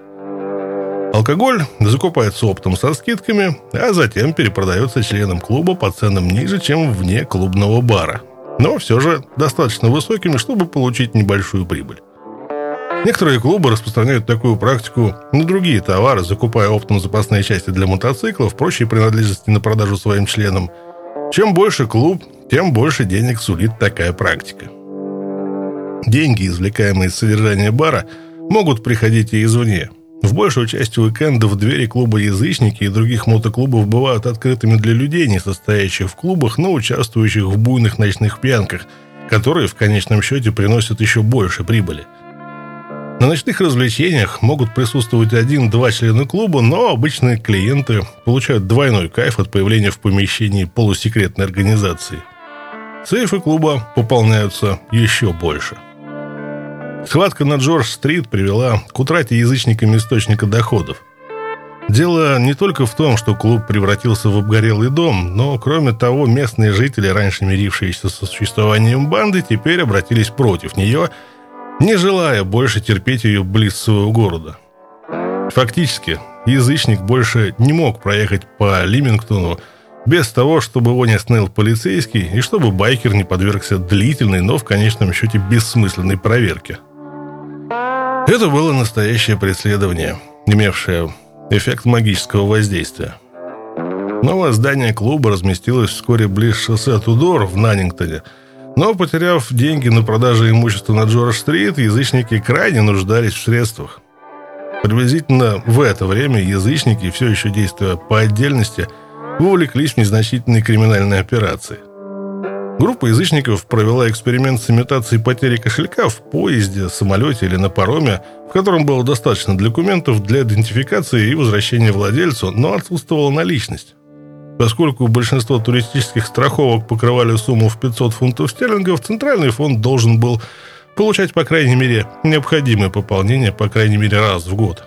Алкоголь закупается оптом со скидками, а затем перепродается членам клуба по ценам ниже, чем вне клубного бара, но все же достаточно высокими, чтобы получить небольшую прибыль. Некоторые клубы распространяют такую практику на другие товары, закупая оптом запасные части для мотоциклов, прочие принадлежности на продажу своим членам. Чем больше клуб, тем больше денег сулит такая практика. Деньги, извлекаемые из содержания бара, могут приходить и извне. В большую часть уикендов двери клуба «Язычники» и других мотоклубов бывают открытыми для людей, не состоящих в клубах, но участвующих в буйных ночных пьянках, которые в конечном счете приносят еще больше прибыли. На ночных развлечениях могут присутствовать один-два члена клуба, но обычные клиенты получают двойной кайф от появления в помещении полусекретной организации. Сейфы клуба пополняются еще больше. Схватка на Джордж-стрит привела к утрате язычниками источника доходов. Дело не только в том, что клуб превратился в обгорелый дом, но, кроме того, местные жители, раньше мирившиеся со существованием банды, теперь обратились против нее, не желая больше терпеть ее близ своего города. Фактически, язычник больше не мог проехать по Лимингтону без того, чтобы его не остановил полицейский и чтобы байкер не подвергся длительной, но в конечном счете бессмысленной проверке. Это было настоящее преследование, имевшее эффект магического воздействия. Новое здание клуба разместилось вскоре близ шоссе Тудор в Наннингтоне, но, потеряв деньги на продаже имущества на Джордж-стрит, язычники крайне нуждались в средствах. Приблизительно в это время язычники, все еще действуя по отдельности, вовлеклись в незначительные криминальные операции. Группа язычников провела эксперимент с имитацией потери кошелька в поезде, самолете или на пароме, в котором было достаточно документов для идентификации и возвращения владельцу, но отсутствовала наличность. Поскольку большинство туристических страховок покрывали сумму в пятьсот фунтов стерлингов, Центральный фонд должен был получать, по крайней мере, необходимое пополнение, по крайней мере, раз в год.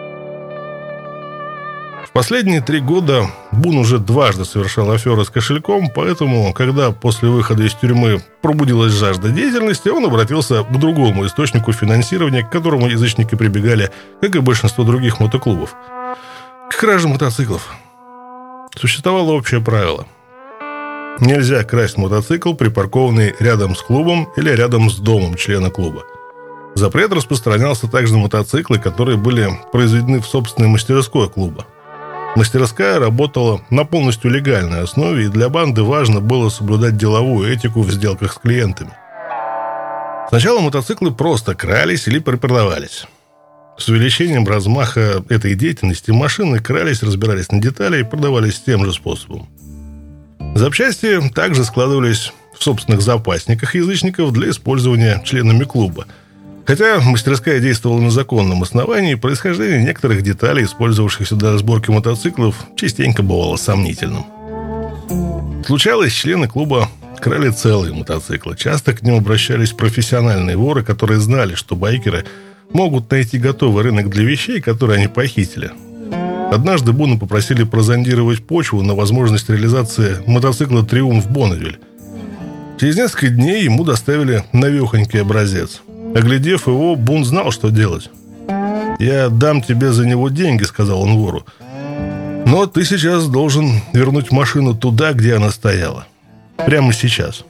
В последние три года Бун уже дважды совершал аферы с кошельком, поэтому, когда после выхода из тюрьмы пробудилась жажда деятельности, он обратился к другому источнику финансирования, к которому язычники прибегали, как и большинство других мотоклубов – к краже мотоциклов. Существовало общее правило. Нельзя красть мотоцикл, припаркованный рядом с клубом или рядом с домом члена клуба. Запрет распространялся также на мотоциклы, которые были произведены в собственной мастерской клуба. Мастерская работала на полностью легальной основе, и для банды важно было соблюдать деловую этику в сделках с клиентами. Сначала мотоциклы просто крались или перепродавались. С увеличением размаха этой деятельности машины крались, разбирались на детали и продавались тем же способом. Запчасти также складывались в собственных запасниках язычников для использования членами клуба. Хотя мастерская действовала на законном основании, происхождение некоторых деталей, использовавшихся для сборки мотоциклов, частенько бывало сомнительным. Случалось, члены клуба крали целые мотоциклы. Часто к ним обращались профессиональные воры, которые знали, что байкеры могут найти готовый рынок для вещей, которые они похитили. Однажды Буна попросили прозондировать почву на возможность реализации мотоцикла «Триумф Бонневиль». Через несколько дней ему доставили навехонький образец. Оглядев его, Бун знал, что делать. «Я дам тебе за него деньги», — сказал он вору. «Но ты сейчас должен вернуть машину туда, где она стояла. Прямо сейчас».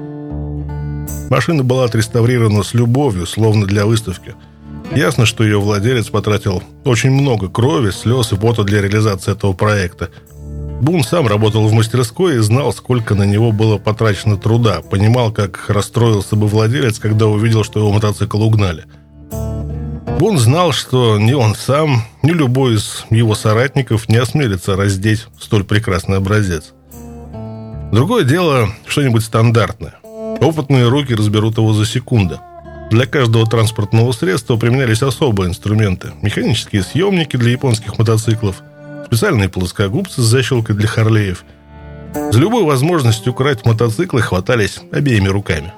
Машина была отреставрирована с любовью, словно для выставки. Ясно, что ее владелец потратил очень много крови, слез и пота для реализации этого проекта. Бун сам работал в мастерской и знал, сколько на него было потрачено труда. Понимал, как расстроился бы владелец, когда увидел, что его мотоцикл угнали. Бун знал, что ни он сам, ни любой из его соратников не осмелится раздеть столь прекрасный образец. Другое дело, что-нибудь стандартное. Опытные руки разберут его за секунду. Для каждого транспортного средства применялись особые инструменты. Механические съемники для японских мотоциклов, специальные плоскогубцы с защелкой для Харлеев. За любую возможность украсть мотоциклы хватались обеими руками.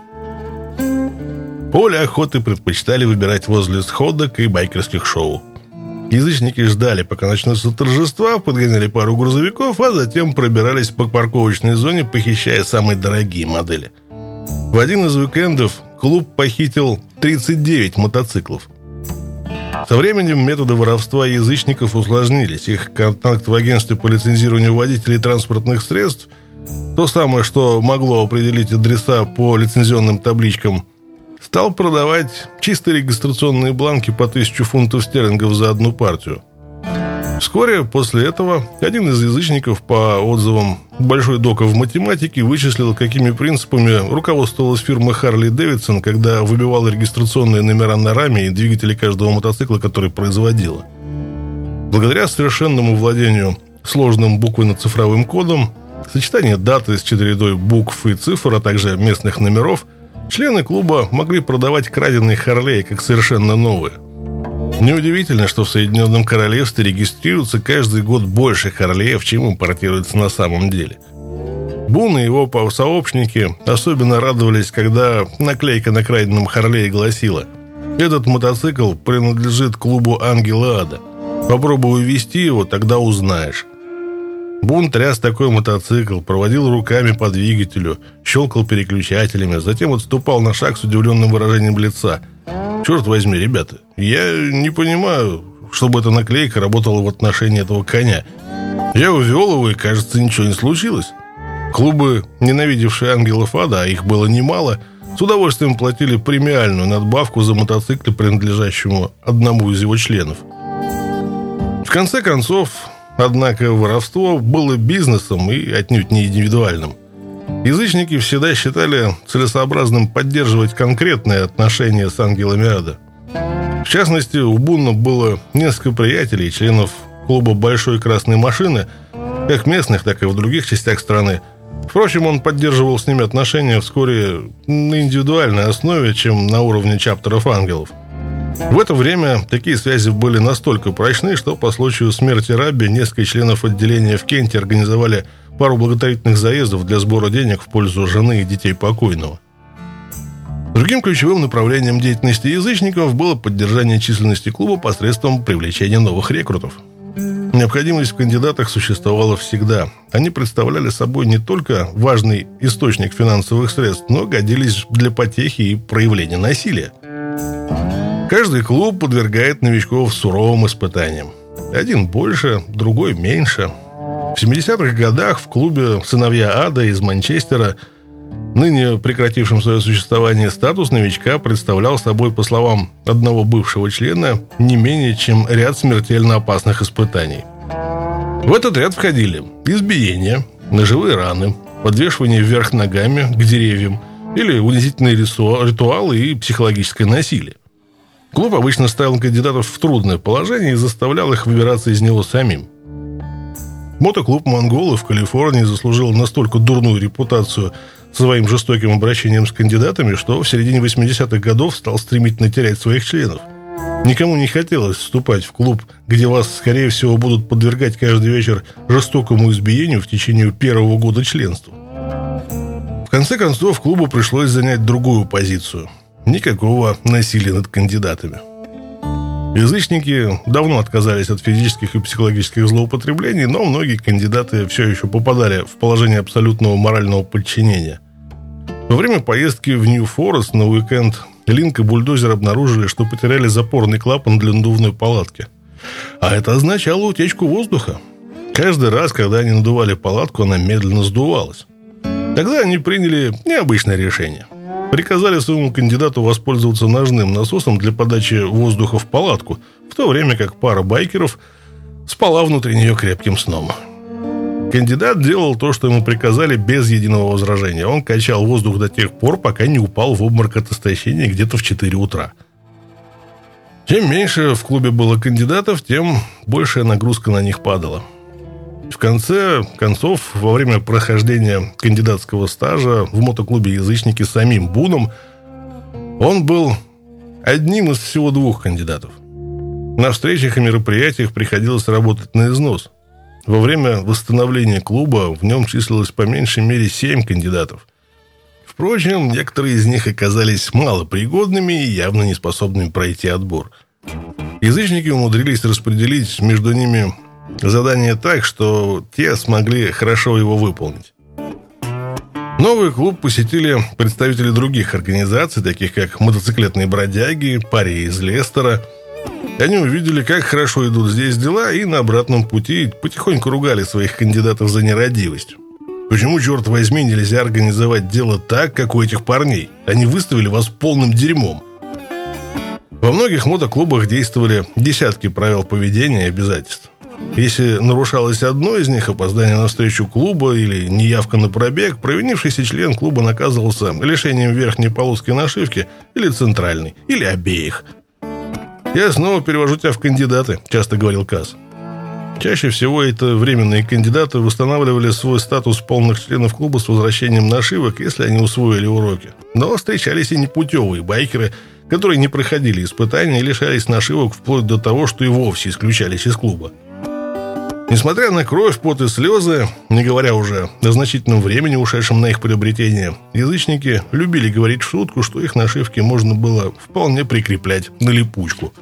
Поле охоты предпочитали выбирать возле сходок и байкерских шоу. Язычники ждали, пока начнутся торжества, подгоняли пару грузовиков, а затем пробирались по парковочной зоне, похищая самые дорогие модели. В один из уикендов клуб похитил тридцать девять мотоциклов. Со временем методы воровства язычников усложнились. Их контакт в агентстве по лицензированию водителей транспортных средств, то самое, что могло определить адреса по лицензионным табличкам, стал продавать чистые регистрационные бланки по тысячу фунтов стерлингов за одну партию. Вскоре после этого один из язычников, по отзывам Большой Дока в математике, вычислил, какими принципами руководствовалась фирма Харли Дэвидсон, когда выбивала регистрационные номера на раме и двигатели каждого мотоцикла, который производила. Благодаря совершенному владению сложным буквенно-цифровым кодом, сочетание даты с чередой букв и цифр, а также местных номеров, члены клуба могли продавать краденые Харлеи как совершенно новые. Неудивительно, что в Соединенном Королевстве регистрируется каждый год больше Харлеев, чем импортируется на самом деле. Бун и его сообщники особенно радовались, когда наклейка на краденом Харлее гласила: «Этот мотоцикл принадлежит клубу Ангелы Ада. Попробуй увезти его, тогда узнаешь». Бун тряс такой мотоцикл, проводил руками по двигателю, щелкал переключателями, затем отступал на шаг с удивленным выражением лица. «Черт возьми, ребята, я не понимаю, чтобы эта наклейка работала в отношении этого коня. Я увел его, и, кажется, ничего не случилось». Клубы, ненавидевшие ангелов ада, а их было немало, с удовольствием платили премиальную надбавку за мотоцикл, принадлежащему одному из его членов. В конце концов, однако, воровство было бизнесом и отнюдь не индивидуальным. Язычники всегда считали целесообразным поддерживать конкретные отношения с ангелами ада. В частности, у Бунна было несколько приятелей, членов клуба «Большой красной машины», как местных, так и в других частях страны. Впрочем, он поддерживал с ними отношения вскоре на индивидуальной основе, чем на уровне чаптеров ангелов. В это время такие связи были настолько прочны, что по случаю смерти Рабби несколько членов отделения в Кенте организовали пару благотворительных заездов для сбора денег в пользу жены и детей покойного. Другим ключевым направлением деятельности язычников было поддержание численности клуба посредством привлечения новых рекрутов. Необходимость в кандидатах существовала всегда. Они представляли собой не только важный источник финансовых средств, но годились для потехи и проявления насилия. Каждый клуб подвергает новичков суровым испытаниям. Один больше, другой меньше. В семидесятых годах в клубе «Сыновья Ада» из Манчестера, ныне прекратившем свое существование, статус новичка представлял собой, по словам одного бывшего члена, не менее чем ряд смертельно опасных испытаний. В этот ряд входили избиения, ножевые раны, подвешивание вверх ногами к деревьям или унизительные ритуалы и психологическое насилие. Клуб обычно ставил кандидатов в трудное положение и заставлял их выбираться из него самим. Мотоклуб «Монголы» в Калифорнии заслужил настолько дурную репутацию своим жестоким обращением с кандидатами, что в середине восьмидесятых годов стал стремительно терять своих членов. Никому не хотелось вступать в клуб, где вас, скорее всего, будут подвергать каждый вечер жестокому избиению в течение первого года членства. В конце концов, клубу пришлось занять другую позицию. Никакого насилия над кандидатами. Язычники давно отказались от физических и психологических злоупотреблений, но многие кандидаты все еще попадали в положение абсолютного морального подчинения. Во время поездки в Нью-Форест на уикенд Линк и бульдозер обнаружили, что потеряли запорный клапан для надувной палатки. А это означало утечку воздуха. Каждый раз, когда они надували палатку, она медленно сдувалась. Тогда они приняли необычное решение. Приказали своему кандидату воспользоваться ножным насосом для подачи воздуха в палатку, в то время как пара байкеров спала внутри нее крепким сном. Кандидат делал то, что ему приказали, без единого возражения. Он качал воздух до тех пор, пока не упал в обморок от истощения где-то в четыре утра. Чем меньше в клубе было кандидатов, тем большая нагрузка на них падала. В конце концов, во время прохождения кандидатского стажа в мотоклубе «Язычники» самим Буном, он был одним из всего двух кандидатов. На встречах и мероприятиях приходилось работать на износ. Во время восстановления клуба в нем числилось по меньшей мере семь кандидатов. Впрочем, некоторые из них оказались малопригодными и явно не способными пройти отбор. Язычники умудрились распределить между ними задание так, что те смогли хорошо его выполнить. Новый клуб посетили представители других организаций, таких как мотоциклетные бродяги, пари из Лестера. Они увидели, как хорошо идут здесь дела, и на обратном пути потихоньку ругали своих кандидатов за нерадивость. Почему, черт возьми, нельзя организовать дело так, как у этих парней? Они выставили вас полным дерьмом. Во многих мотоклубах действовали десятки правил поведения и обязательств. Если нарушалось одно из них, опоздание на встречу клуба или неявка на пробег, провинившийся член клуба наказывался лишением верхней полоски нашивки или центральной, или обеих. «Я снова перевожу тебя в кандидаты», — часто говорил Касс. Чаще всего это временные кандидаты восстанавливали свой статус полных членов клуба с возвращением нашивок, если они усвоили уроки. Но встречались и непутевые байкеры, которые не проходили испытания и лишались нашивок вплоть до того, что и вовсе исключались из клуба. Несмотря на кровь, пот и слезы, не говоря уже о значительном времени, ушедшем на их приобретение, язычники любили говорить в шутку, что их нашивки можно было вполне прикреплять на липучку.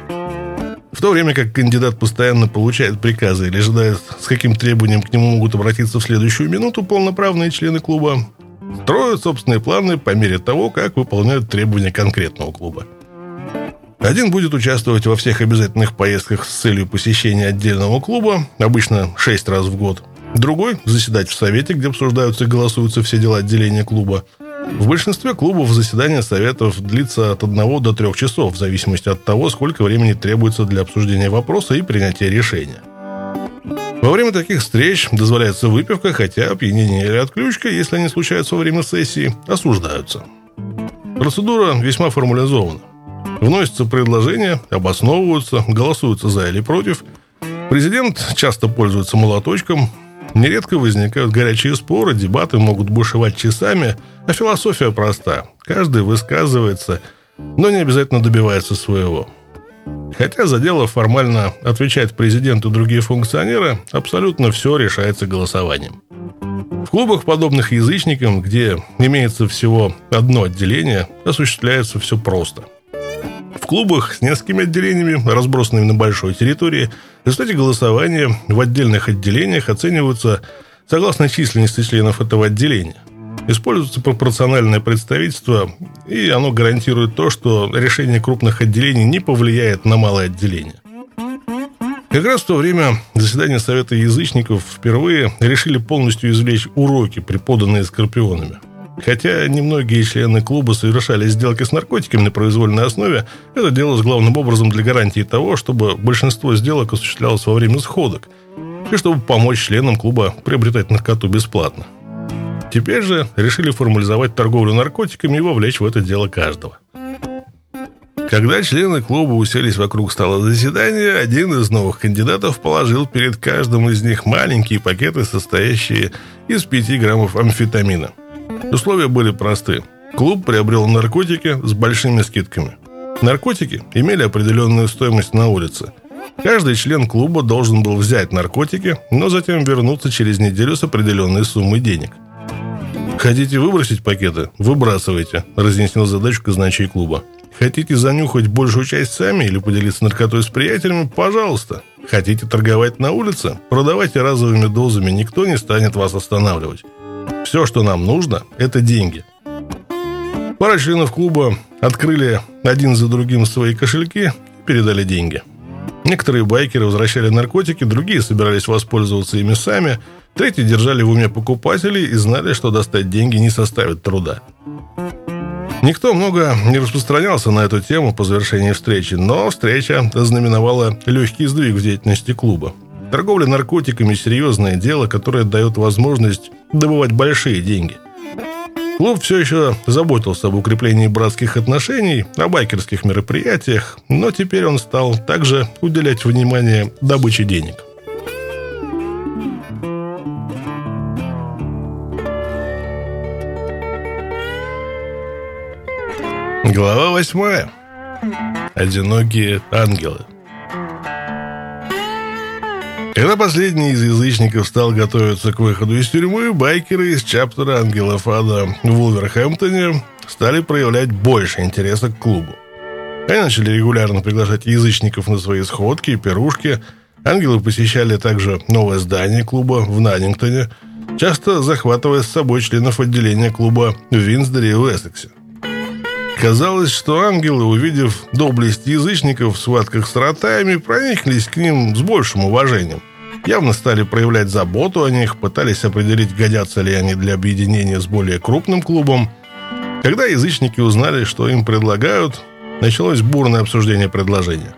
В то время как кандидат постоянно получает приказы или ожидает, с каким требованием к нему могут обратиться в следующую минуту, полноправные члены клуба строят собственные планы по мере того, как выполняют требования конкретного клуба. Один будет участвовать во всех обязательных поездках с целью посещения отдельного клуба, обычно шесть раз в год. Другой – заседать в совете, где обсуждаются и голосуются все дела отделения клуба. В большинстве клубов заседание советов длится от одного до трех часов, в зависимости от того, сколько времени требуется для обсуждения вопроса и принятия решения. Во время таких встреч дозволяется выпивка, хотя опьянение или отключка, если они случаются во время сессии, осуждаются. Процедура весьма формализована. Вносятся предложения, обосновываются, голосуются за или против. Президент часто пользуется молоточком. Нередко возникают горячие споры, дебаты могут бушевать часами, а философия проста. Каждый высказывается, но не обязательно добивается своего. Хотя за дело формально отвечает президент и другие функционеры, абсолютно все решается голосованием. В клубах, подобных язычникам, где имеется всего одно отделение, осуществляется все просто. В клубах с несколькими отделениями, разбросанными на большой территории, результаты голосования в отдельных отделениях оцениваются согласно численности членов этого отделения. Используется пропорциональное представительство, и оно гарантирует то, что решение крупных отделений не повлияет на малые отделения. Как раз в то время заседания Совета язычников впервые решили полностью извлечь уроки, преподанные скорпионами. Хотя немногие члены клуба совершали сделки с наркотиками на произвольной основе, это делалось главным образом для гарантии того, чтобы большинство сделок осуществлялось во время сходок. В и чтобы помочь членам клуба приобретать наркоту бесплатно. Теперь же решили формализовать торговлю наркотиками и вовлечь в это дело каждого. Когда члены клуба уселись вокруг стола заседания, один из новых кандидатов положил перед каждым из них маленькие пакеты, состоящие из пяти граммов амфетамина. Условия были просты. Клуб приобрел наркотики с большими скидками. Наркотики имели определенную стоимость на улице. Каждый член клуба должен был взять наркотики, но затем вернуться через неделю с определенной суммой денег. «Хотите выбросить пакеты? Выбрасывайте», — разъяснил задачу казначей клуба. «Хотите занюхать большую часть сами или поделиться наркотой с приятелями? Пожалуйста. Хотите торговать на улице? Продавайте разовыми дозами, никто не станет вас останавливать. Все, что нам нужно, это деньги». Пара членов клуба открыли один за другим свои кошельки и передали деньги. Некоторые байкеры возвращали наркотики, другие собирались воспользоваться ими сами, третьи держали в уме покупателей и знали, что достать деньги не составит труда. Никто много не распространялся на эту тему по завершении встречи, но встреча знаменовала легкий сдвиг в деятельности клуба. Торговля наркотиками – серьезное дело, которое дает возможность добывать большие деньги. Клуб все еще заботился об укреплении братских отношений, о байкерских мероприятиях, но теперь он стал также уделять внимание добыче денег. Глава восьмая. Одинокие ангелы. Когда последний из язычников стал готовиться к выходу из тюрьмы, байкеры из чаптера Ангелов Ада в Вулверхэмптоне стали проявлять больше интереса к клубу. Они начали регулярно приглашать язычников на свои сходки и пирушки. Ангелы посещали также новое здание клуба в Наддингтоне, часто захватывая с собой членов отделения клуба в Винсдоре и Уэссексе. Казалось, что ангелы, увидев доблесть язычников в схватках с ротаями, прониклись к ним с большим уважением. Явно стали проявлять заботу о них, пытались определить, годятся ли они для объединения с более крупным клубом. Когда язычники узнали, что им предлагают, началось бурное обсуждение предложения.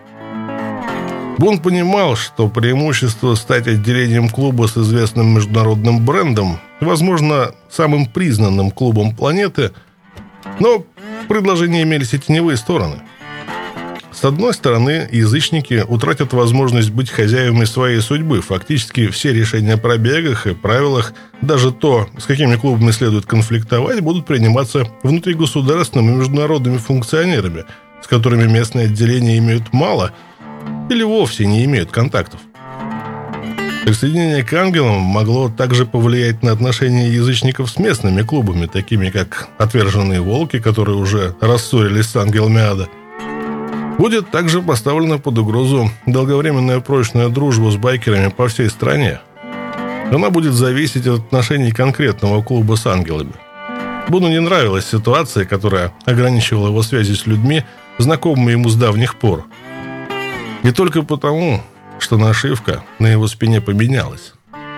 Бун понимал, что преимущество стать отделением клуба с известным международным брендом, возможно, самым признанным клубом планеты, но предложения имелись и теневые стороны. С одной стороны, язычники утратят возможность быть хозяевами своей судьбы. Фактически все решения о пробегах и правилах, даже то, с какими клубами следует конфликтовать, будут приниматься внутригосударственными и международными функционерами, с которыми местные отделения имеют мало или вовсе не имеют контактов. Присоединение к ангелам могло также повлиять на отношения язычников с местными клубами, такими как «Отверженные волки», которые уже рассорились с ангелами ада. Будет также поставлена под угрозу долговременная прочная дружба с байкерами по всей стране. Она будет зависеть от отношений конкретного клуба с ангелами. Буну не нравилась ситуация, которая ограничивала его связи с людьми, знакомыми ему с давних пор. Не только потому, что нашивка на его спине поменялась.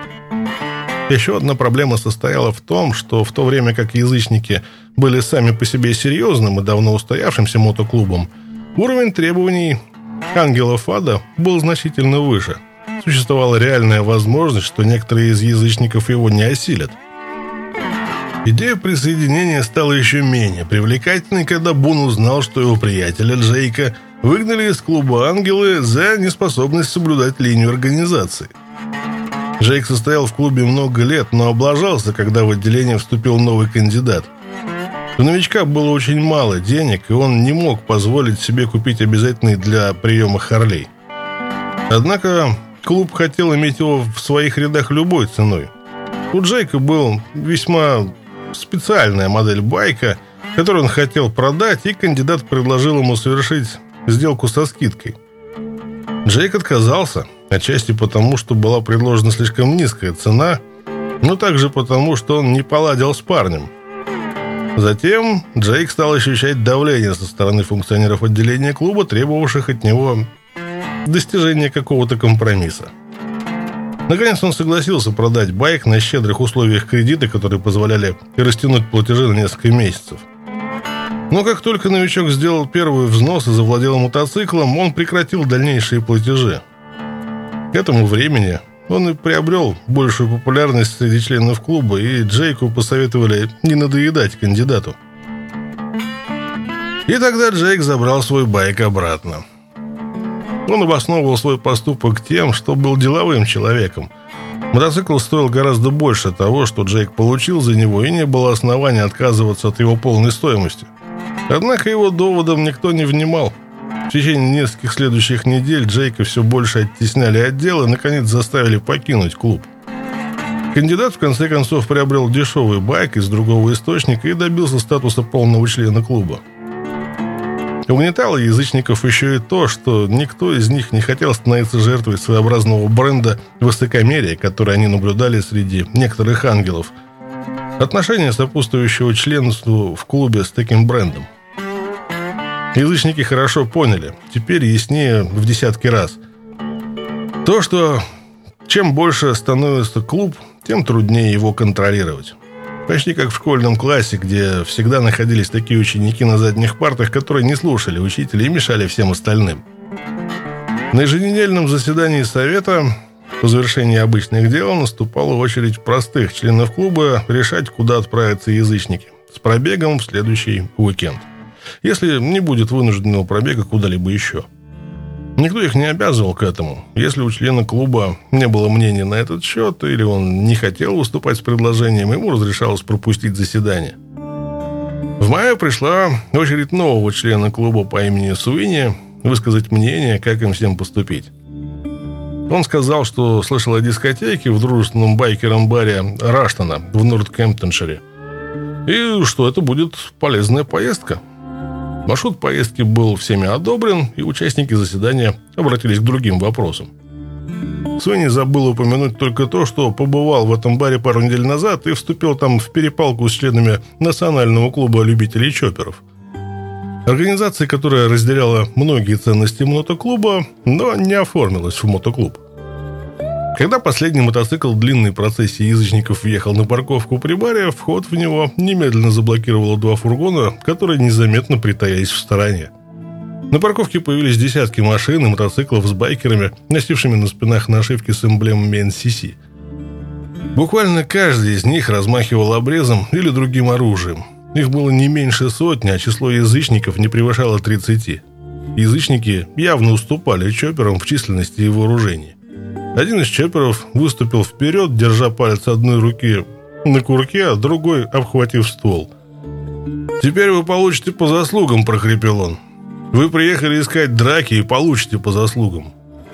Еще одна проблема состояла в том, что в то время как язычники были сами по себе серьезным и давно устоявшимся мотоклубом, уровень требований ангелов ада был значительно выше. Существовала реальная возможность, что некоторые из язычников его не осилят. Идея присоединения стала еще менее привлекательной, когда Бун узнал, что его приятеля Джейка выгнали из клуба «Ангелы» за неспособность соблюдать линию организации. Джейк состоял в клубе много лет, но облажался, когда в отделение вступил новый кандидат. У новичка было очень мало денег, и он не мог позволить себе купить обязательный для приема Харлей. Однако клуб хотел иметь его в своих рядах любой ценой. У Джейка был весьма специальная модель байка, которую он хотел продать, и кандидат предложил ему совершить сделку со скидкой. Джейк отказался, отчасти потому, что была предложена слишком низкая цена, но также потому, что он не поладил с парнем. Затем Джейк стал ощущать давление со стороны функционеров отделения клуба, требовавших от него достижения какого-то компромисса. Наконец он согласился продать байк на щедрых условиях кредита, которые позволяли растянуть платежи на несколько месяцев. Но как только новичок сделал первый взнос и завладел мотоциклом, он прекратил дальнейшие платежи. К этому времени он и приобрел большую популярность среди членов клуба, и Джейку посоветовали не надоедать кандидату. И тогда Джейк забрал свой байк обратно. Он обосновывал свой поступок тем, что был деловым человеком. Мотоцикл стоил гораздо больше того, что Джейк получил за него, и не было основания отказываться от его полной стоимости. Однако его доводам никто не внимал. В течение нескольких следующих недель Джейка все больше оттесняли от дела и, наконец, заставили покинуть клуб. Кандидат, в конце концов, приобрел дешевый байк из другого источника и добился статуса полного члена клуба. Угнетало язычников еще и то, что никто из них не хотел становиться жертвой своеобразного бренда высокомерия, который они наблюдали среди некоторых ангелов. Отношение сопутствующего членству в клубе с таким брендом. Язычники хорошо поняли, теперь яснее в десятки раз. То, что чем больше становится клуб, тем труднее его контролировать. Почти как в школьном классе, где всегда находились такие ученики на задних партах, которые не слушали учителя и мешали всем остальным. На еженедельном заседании совета по завершении обычных дел наступала очередь простых членов клуба решать, куда отправятся язычники, с пробегом в следующий уикенд, если не будет вынужденного пробега куда-либо еще. Никто их не обязывал к этому. Если у члена клуба не было мнения на этот счет, или он не хотел выступать с предложением, ему разрешалось пропустить заседание. В мае пришла очередь нового члена клуба по имени Суини высказать мнение, как им всем поступить. Он сказал, что слышал о дискотеке в дружественном байкером-баре Раштона в Нортгемптоншире, и что это будет полезная поездка. Маршрут поездки был всеми одобрен, и участники заседания обратились к другим вопросам. Суини забыл упомянуть только то, что побывал в этом баре пару недель назад и вступил там в перепалку с членами Национального клуба любителей чопперов. Организации, которая разделяла многие ценности мотоклуба, но не оформилась в мотоклуб. Когда последний мотоцикл длинной процессии язычников въехал на парковку при баре, вход в него немедленно заблокировало два фургона, которые незаметно притаились в стороне. На парковке появились десятки машин и мотоциклов с байкерами, носившими на спинах нашивки с эмблемами эн си си. Буквально каждый из них размахивал обрезом или другим оружием. Их было не меньше сотни, а число язычников не превышало тридцати. Язычники явно уступали чопперам в численности и вооружении. Один из чопперов выступил вперед, держа палец одной руки на курке, а другой обхватив ствол. «Теперь вы получите по заслугам», — прохрипел он. «Вы приехали искать драки и получите по заслугам».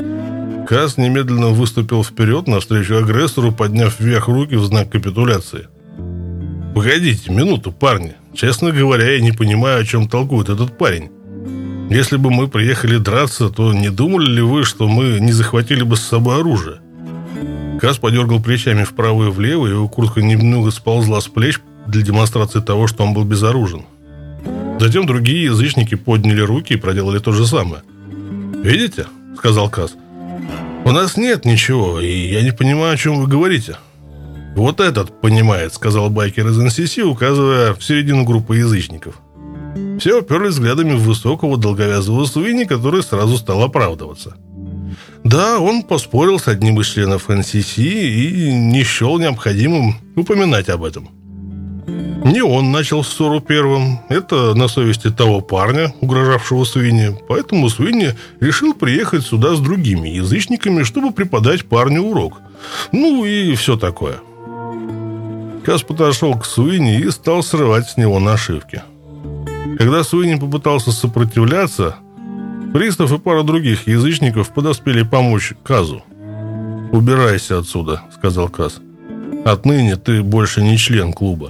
Каз немедленно выступил вперед навстречу агрессору, подняв вверх руки в знак капитуляции. «Погодите минуту, парни. Честно говоря, я не понимаю, о чем толкует этот парень. Если бы мы приехали драться, то не думали ли вы, что мы не захватили бы с собой оружие?» Каз подергал плечами вправо и влево, и его куртка немного сползла с плеч для демонстрации того, что он был безоружен. Затем другие язычники подняли руки и проделали то же самое. «Видите?» — сказал Каз. «У нас нет ничего, и я не понимаю, о чем вы говорите». «Вот этот понимает», — сказал байкер из эн си си, указывая в середину группы язычников. Все уперлись взглядами в высокого долговязого Суини, который сразу стал оправдываться. Да, он поспорил с одним из членов эн си си и не счел необходимым упоминать об этом. Не он начал ссору первым. Это на совести того парня, угрожавшего Суини. Поэтому Суини решил приехать сюда с другими язычниками, чтобы преподать парню урок. Ну и все такое. Каз подошел к Суини и стал срывать с него нашивки. Когда Суини попытался сопротивляться, пристав и пара других язычников подоспели помочь Казу. «Убирайся отсюда», — сказал Каз. «Отныне ты больше не член клуба».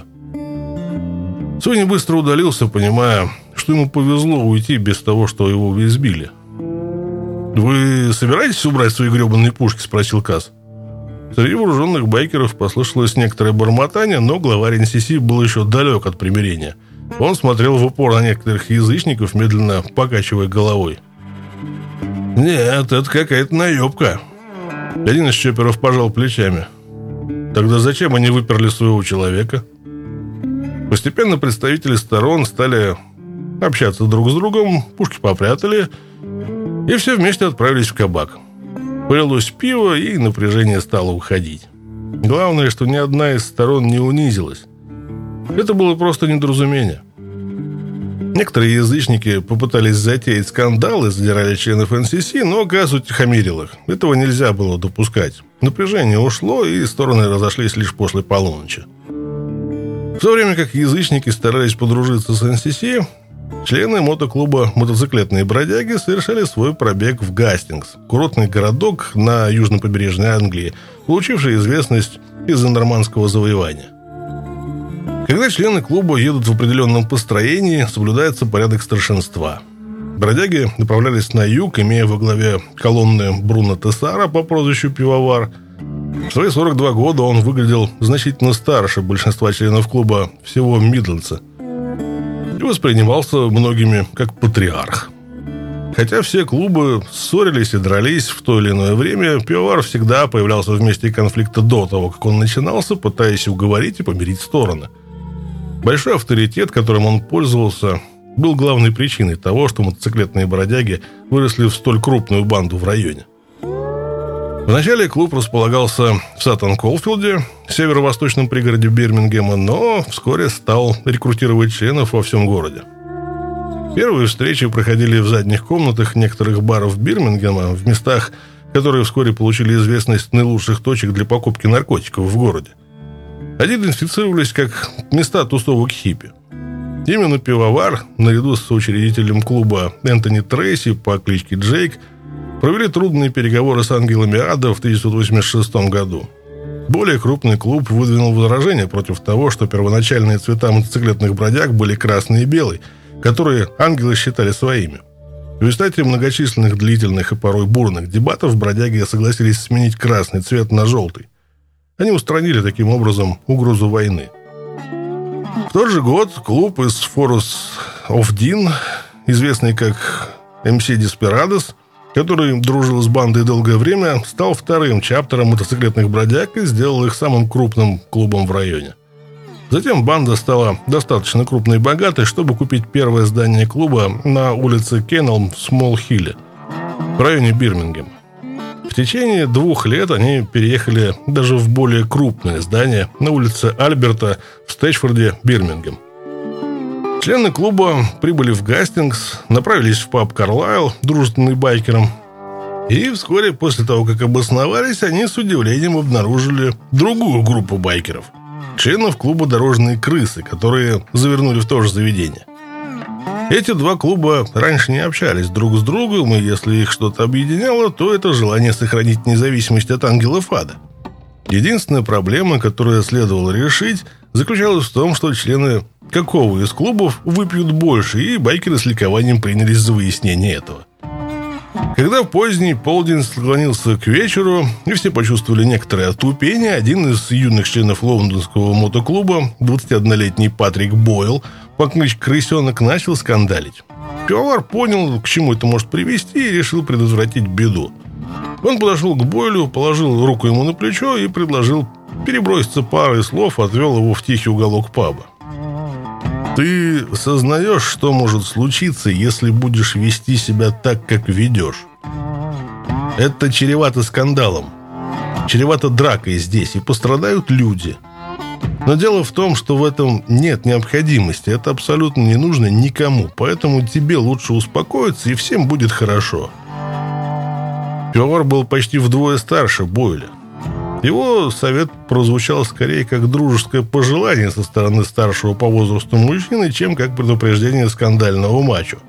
Суини быстро удалился, понимая, что ему повезло уйти без того, что его избили. «Вы собираетесь убрать свои гребаные пушки?» — спросил Каз. Среди вооруженных байкеров послышалось некоторое бормотание, но главарь эн си си был еще далек от примирения. Он смотрел в упор на некоторых язычников, медленно покачивая головой. «Нет, это какая-то наебка». Один из чопперов пожал плечами. «Тогда зачем они выперли своего человека?» Постепенно представители сторон стали общаться друг с другом, пушки попрятали, и все вместе отправились в кабак. Полилось пиво, и напряжение стало уходить. Главное, что ни одна из сторон не унизилась. Это было просто недоразумение. Некоторые язычники попытались затеять скандал и задирали членов эн си си, но Газ утихомирил их. Этого нельзя было допускать. Напряжение ушло, и стороны разошлись лишь после полуночи. В то время как язычники старались подружиться с эн си си, члены мотоклуба «Мотоциклетные бродяги» совершали свой пробег в Гастингс, курортный городок на южном побережье Англии, получивший известность из-за нормандского завоевания. Когда члены клуба едут в определенном построении, соблюдается порядок старшинства. Бродяги направлялись на юг, имея во главе колонны Бруно Тессара по прозвищу Пивовар. В свои сорок два года он выглядел значительно старше большинства членов клуба всего Мидлендса и воспринимался многими как патриарх. Хотя все клубы ссорились и дрались в то или иное время, Пивовар всегда появлялся в месте конфликта до того, как он начинался, пытаясь уговорить и помирить стороны. Большой авторитет, которым он пользовался, был главной причиной того, что мотоциклетные бродяги выросли в столь крупную банду в районе. Вначале клуб располагался в Саттон-Колфилде, северо-восточном пригороде Бирмингема, но вскоре стал рекрутировать членов во всем городе. Первые встречи проходили в задних комнатах некоторых баров Бирмингема, в местах, которые вскоре получили известность наилучших точек для покупки наркотиков в городе. Они идентифицировались как места тусовок хиппи. Именно Пивовар, наряду с соучредителем клуба Энтони Трейси по кличке Джейк, провели трудные переговоры с ангелами ада в тысяча девятьсот восемьдесят шестом году. Более крупный клуб выдвинул возражение против того, что первоначальные цвета мотоциклетных бродяг были красный и белый, которые ангелы считали своими. В результате многочисленных длительных и порой бурных дебатов бродяги согласились сменить красный цвет на желтый. Они устранили таким образом угрозу войны. В тот же год клуб из Forest of Dean, известный как эм си Desperados, который дружил с бандой долгое время, стал вторым чаптером мотоциклетных бродяг и сделал их самым крупным клубом в районе. Затем банда стала достаточно крупной и богатой, чтобы купить первое здание клуба на улице Кеннелл в Смолл-Хилле, в районе Бирмингема. В течение двух лет они переехали даже в более крупное здание на улице Альберта в Стэчфорде, Бирмингем. Члены клуба прибыли в Гастингс, направились в паб «Карлайл», дружественный байкерам. И вскоре после того, как обосновались, они с удивлением обнаружили другую группу байкеров. Членов клуба «Дорожные крысы», которые завернули в то же заведение. Эти два клуба раньше не общались друг с другом, и если их что-то объединяло, то это желание сохранить независимость от ангелов ада. Единственная проблема, которую следовало решить, заключалась в том, что члены какого из клубов выпьют больше, и байкеры с ликованием принялись за выяснение этого. Когда в поздний полдень склонился к вечеру, и все почувствовали некоторое отупение, один из юных членов лондонского мотоклуба, двадцатиоднолетний Патрик Бойл, по кличке Крысенок, начал скандалить. Пивовар понял, к чему это может привести, и решил предотвратить беду. Он подошел к Бойлю, положил руку ему на плечо и предложил переброситься парой слов, отвел его в тихий уголок паба. «Ты сознаешь, что может случиться, если будешь вести себя так, как ведешь? Это чревато скандалом, чревато дракой здесь, и пострадают люди. Но дело в том, что в этом нет необходимости, это абсолютно не нужно никому, поэтому тебе лучше успокоиться, и всем будет хорошо». Пивовар был почти вдвое старше Бойля. Его совет прозвучал скорее как дружеское пожелание со стороны старшего по возрасту мужчины, чем как предупреждение скандального мачо.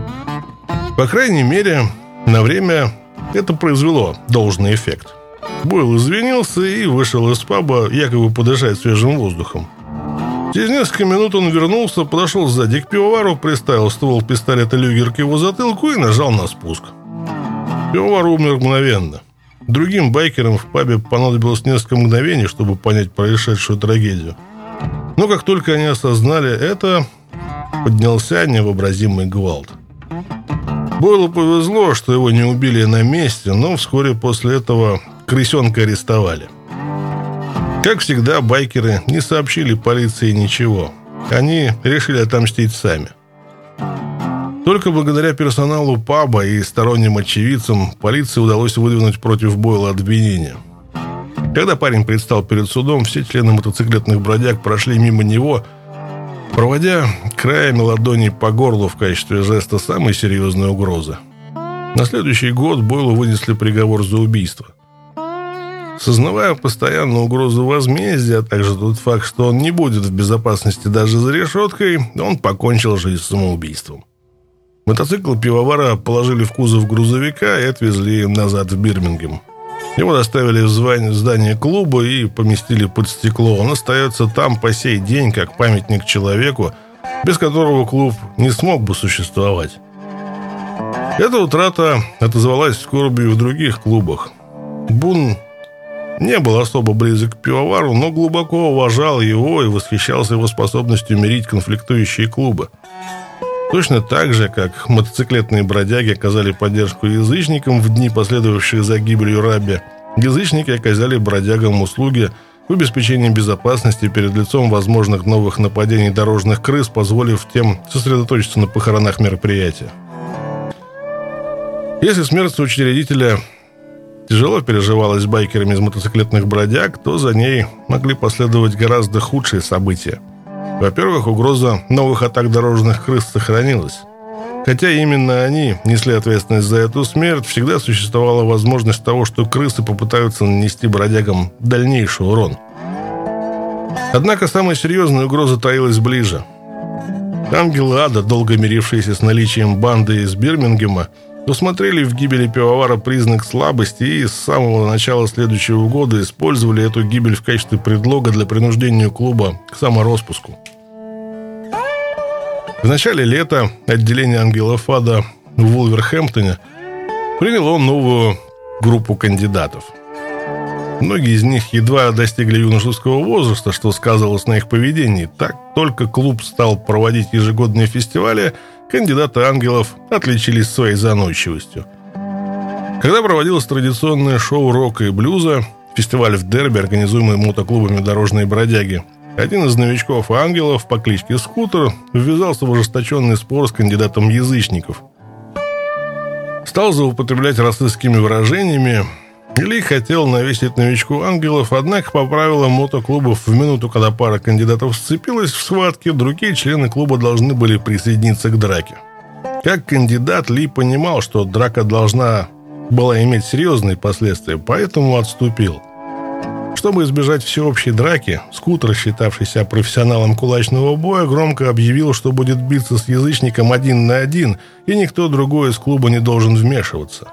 По крайней мере, на время это произвело должный эффект. Бойл извинился и вышел из паба, якобы подышать свежим воздухом. Через несколько минут он вернулся, подошел сзади к пивовару, приставил ствол пистолета Люгер к его затылку и нажал на спуск. Пивовар умер мгновенно. Другим байкерам в пабе понадобилось несколько мгновений, чтобы понять происшедшую трагедию. Но как только они осознали это, поднялся невообразимый гвалт. Бойлу повезло, что его не убили на месте, но вскоре после этого Крысенка арестовали. Как всегда, байкеры не сообщили полиции ничего. Они решили отомстить сами. Только благодаря персоналу паба и сторонним очевидцам полиции удалось выдвинуть против Бойла обвинение. Когда парень предстал перед судом, все члены мотоциклетных бродяг прошли мимо него, проводя краями ладоней по горлу в качестве жеста самой серьезной угрозы. На следующий год Бойлу вынесли приговор за убийство. Сознавая постоянную угрозу возмездия, а также тот факт, что он не будет в безопасности даже за решеткой, он покончил жизнь самоубийством. Мотоцикл пивовара положили в кузов грузовика и отвезли назад в Бирмингем. Его доставили в здание клуба и поместили под стекло. Он остается там по сей день, как памятник человеку, без которого клуб не смог бы существовать. Эта утрата отозвалась скорбью в других клубах. Бун не был особо близок к пивовару, но глубоко уважал его и восхищался его способностью мирить конфликтующие клубы. Точно так же, как мотоциклетные бродяги оказали поддержку язычникам в дни, последовавшие за гибелью Рабби, язычники оказали бродягам услуги в обеспечении безопасности перед лицом возможных новых нападений дорожных крыс, позволив тем сосредоточиться на похоронах мероприятия. Если смерть учредителя тяжело переживалась байкерами из мотоциклетных бродяг, то за ней могли последовать гораздо худшие события. Во-первых, угроза новых атак дорожных крыс сохранилась. Хотя именно они несли ответственность за эту смерть, всегда существовала возможность того, что крысы попытаются нанести бродягам дальнейший урон. Однако самая серьезная угроза таилась ближе. Ангелы ада, долго мирившиеся с наличием банды из Бирмингема, усмотрели в гибели пивовара признак слабости и с самого начала следующего года использовали эту гибель в качестве предлога для принуждения клуба к самороспуску. В начале лета отделение ангелов ада в Вулверхэмптоне приняло новую группу кандидатов. Многие из них едва достигли юношеского возраста, что сказывалось на их поведении. Так только клуб стал проводить ежегодные фестивали, кандидаты ангелов отличились своей заносчивостью. Когда проводилось традиционное шоу рока и блюза, фестиваль в Дерби, организуемый мотоклубами «Дорожные бродяги», один из новичков ангелов по кличке Скутер ввязался в ожесточенный спор с кандидатом язычников. Стал злоупотреблять расистскими выражениями. Ли хотел навесить новичку ангелов, однако по правилам мотоклубов в минуту, когда пара кандидатов сцепилась в схватке, другие члены клуба должны были присоединиться к драке. Как кандидат, Ли понимал, что драка должна была иметь серьезные последствия, поэтому отступил. Чтобы избежать всеобщей драки, Скутер, считавший себя профессионалом кулачного боя, громко объявил, что будет биться с язычником один на один, и никто другой из клуба не должен вмешиваться.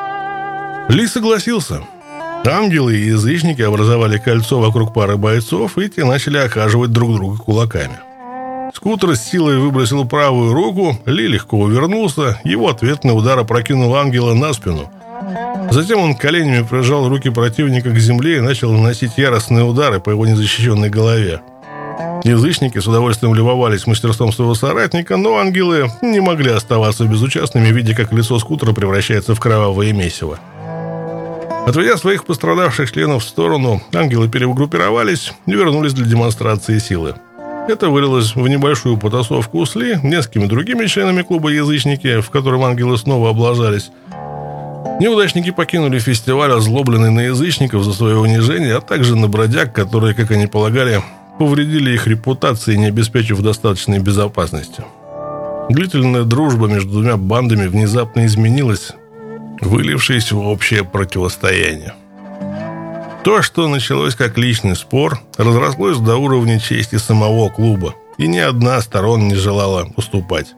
Ли согласился. Ангелы и язычники образовали кольцо вокруг пары бойцов, и те начали охаживать друг друга кулаками. Скутер с силой выбросил правую руку, Ли легко увернулся, его ответный удар опрокинул ангела на спину. Затем он коленями прижал руки противника к земле и начал наносить яростные удары по его незащищенной голове. Язычники с удовольствием любовались мастерством своего соратника, но ангелы не могли оставаться безучастными, видя, как лицо Скутера превращается в кровавое месиво. Отведя своих пострадавших членов в сторону, ангелы перегруппировались и вернулись для демонстрации силы. Это вылилось в небольшую потасовку с Ли, несколькими другими членами клуба «Язычники», в котором ангелы снова облажались. Неудачники покинули фестиваль, озлобленные на язычников за свое унижение, а также на бродяг, которые, как они полагали, повредили их репутации, не обеспечив достаточной безопасности. Длительная дружба между двумя бандами внезапно изменилась, вылившись в общее противостояние. То, что началось как личный спор, разрослось до уровня чести самого клуба, и ни одна сторона не желала уступать.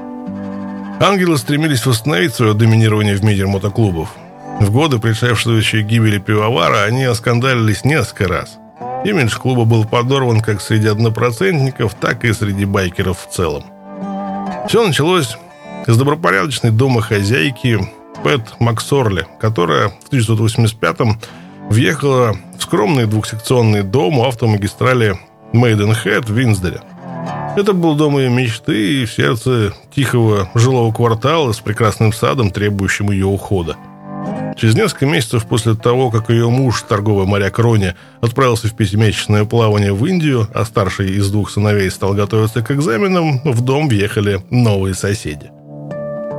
Ангелы стремились восстановить свое доминирование в мире мотоклубов. В годы, предшествующие гибели пивовара, они оскандалились несколько раз. Имидж клуба был подорван как среди однопроцентников, так и среди байкеров в целом. Все началось с добропорядочной домохозяйки Пэт Максорли, которая в тысяча девятьсот восемьдесят пятом въехала в скромный двухсекционный дом у автомагистрали Мейденхед в Винсдоре. Это был дом ее мечты и в сердце тихого жилого квартала с прекрасным садом, требующим ее ухода. Через несколько месяцев после того, как ее муж, торговый моряк Рони, отправился в пятимесячное плавание в Индию, а старший из двух сыновей стал готовиться к экзаменам, в дом въехали новые соседи.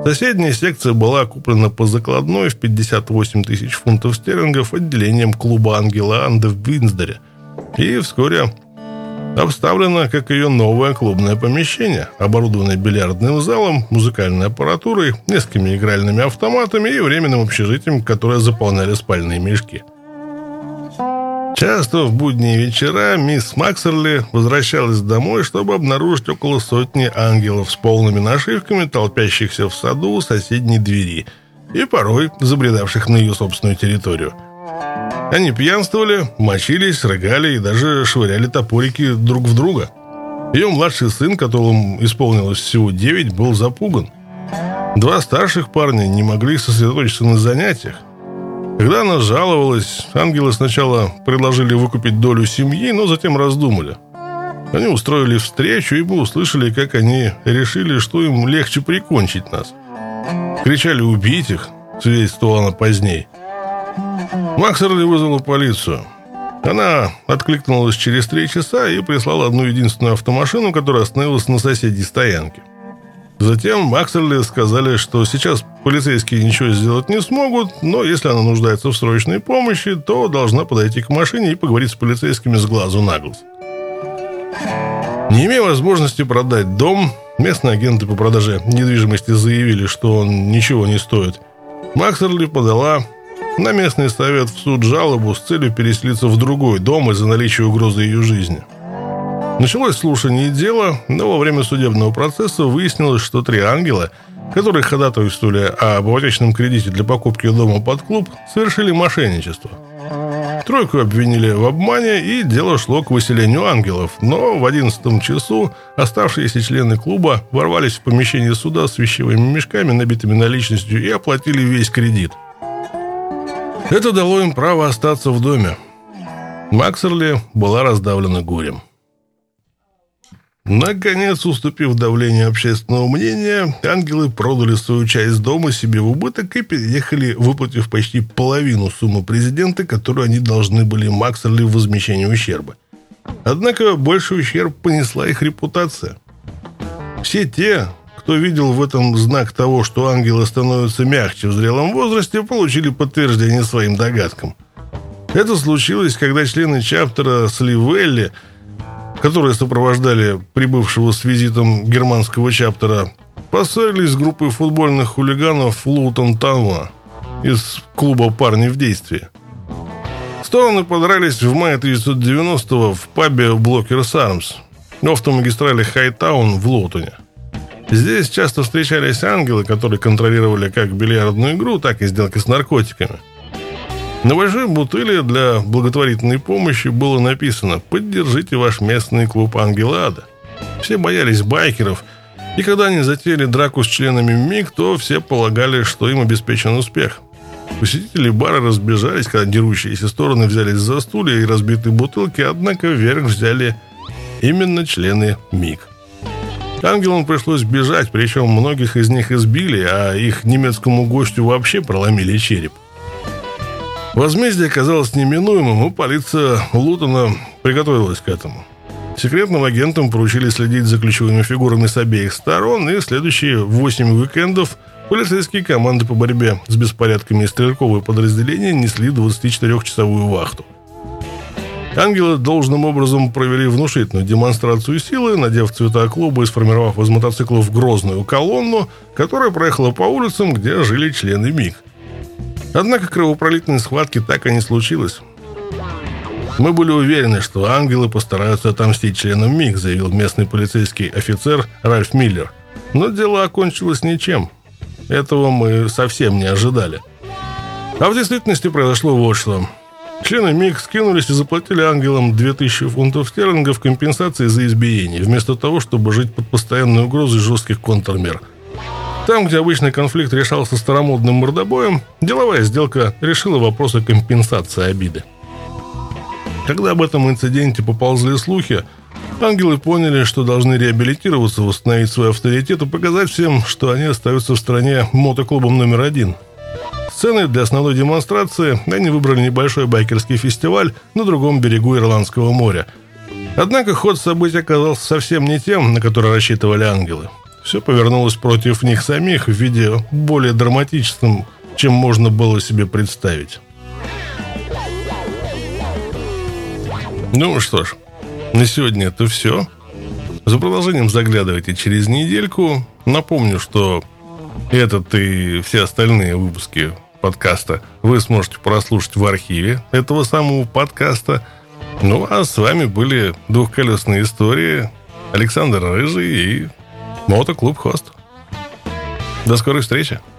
Соседняя секция была куплена по закладной в пятьдесят восемь тысяч фунтов стерлингов отделением клуба «Ангела Анда» в Винсдоре. И вскоре обставлено как ее новое клубное помещение, оборудованное бильярдным залом, музыкальной аппаратурой, несколькими игральными автоматами и временным общежитием, которое заполняли спальные мешки. Часто в будние вечера мисс Максерли возвращалась домой, чтобы обнаружить около сотни ангелов с полными нашивками, толпящихся в саду у соседней двери и порой забредавших на ее собственную территорию. Они пьянствовали, мочились, рыгали и даже швыряли топорики друг в друга. Ее младший сын, которому исполнилось всего девять, был запуган. Два старших парня не могли сосредоточиться на занятиях. Когда она жаловалась, ангелы сначала предложили выкупить долю семьи, но затем раздумали. Они устроили встречу, и мы услышали, как они решили, что им легче прикончить нас. Кричали «убить их», свидетельствовала она позднее. Максерли вызвала полицию. Она откликнулась через три часа и прислала одну единственную автомашину, которая остановилась на соседней стоянке. Затем Максерли сказали, что сейчас полицейские ничего сделать не смогут, но если она нуждается в срочной помощи, то должна подойти к машине и поговорить с полицейскими с глазу на глаз. Не имея возможности продать дом, местные агенты по продаже недвижимости заявили, что он ничего не стоит. Максерли подала на местный совет в суд жалобу с целью переселиться в другой дом из-за наличия угрозы ее жизни. Началось слушание дела, но во время судебного процесса выяснилось, что три ангела, которые ходатайствовали об ипотечном кредите для покупки дома под клуб, совершили мошенничество. Тройку обвинили в обмане, и дело шло к выселению ангелов, но в одиннадцатом часу оставшиеся члены клуба ворвались в помещение суда с вещевыми мешками, набитыми наличностью, и оплатили весь кредит. Это дало им право остаться в доме. Максерли была раздавлена горем. Наконец, уступив давлению общественного мнения, ангелы продали свою часть дома себе в убыток и переехали, выплатив почти половину суммы президента, которую они должны были Максерли в возмещении ущерба. Однако больший ущерб понесла их репутация. Все те, кто видел в этом знак того, что ангелы становятся мягче в зрелом возрасте, получили подтверждение своим догадкам. Это случилось, когда члены чаптера Сливелли, которые сопровождали прибывшего с визитом германского чаптера, поссорились с группой футбольных хулиганов Лутон Тауна из клуба «Парни в действии». Стороны подрались в мае тысяча девятьсот девяностого в пабе «Блокерс Армс» в автомагистрали Хайтаун в Лутоне. Здесь часто встречались ангелы, которые контролировали как бильярдную игру, так и сделки с наркотиками. На большой бутыле для благотворительной помощи было написано «Поддержите ваш местный клуб «Ангелы Ада». Все боялись байкеров, и когда они затеяли драку с членами МИГ, то все полагали, что им обеспечен успех. Посетители бара разбежались, когда дерущиеся стороны взялись за стулья и разбитые бутылки, однако вверх взяли именно члены МИГ. Ангелам пришлось бежать, причем многих из них избили, а их немецкому гостю вообще проломили череп. Возмездие оказалось неминуемым, и полиция Лутона приготовилась к этому. Секретным агентам поручили следить за ключевыми фигурами с обеих сторон, и следующие восемь уикендов полицейские команды по борьбе с беспорядками и стрелковые подразделения несли двадцатичетырёхчасовую вахту. Ангелы должным образом провели внушительную демонстрацию силы, надев цвета клуба и сформировав из мотоциклов грозную колонну, которая проехала по улицам, где жили члены МИГ. Однако кровопролитной схватки так и не случилось. «Мы были уверены, что ангелы постараются отомстить членам МИГ», заявил местный полицейский офицер Ральф Миллер. Но дело окончилось ничем. Этого мы совсем не ожидали. А в действительности произошло вот что. Члены МИГ скинулись и заплатили ангелам две тысячи фунтов стерлингов компенсации за избиение, вместо того, чтобы жить под постоянной угрозой жестких контрмер. Там, где обычный конфликт решался старомодным мордобоем, деловая сделка решила вопрос о компенсации обиды. Когда об этом инциденте поползли слухи, ангелы поняли, что должны реабилитироваться, восстановить свой авторитет и показать всем, что они остаются в стране мотоклубом номер один. Сценой для основной демонстрации они выбрали небольшой байкерский фестиваль на другом берегу Ирландского моря. Однако ход событий оказался совсем не тем, на который рассчитывали ангелы. все повернулось против них самих в виде более драматичным, чем можно было себе представить. Ну что ж, на сегодня это все. За продолжением заглядывайте через недельку. Напомню, что этот и все остальные выпуски подкаста вы сможете прослушать в архиве этого самого подкаста. Ну, а с вами были «Двухколесные истории», Александр Рыжий и Мотоклуб Хост. До скорой встречи!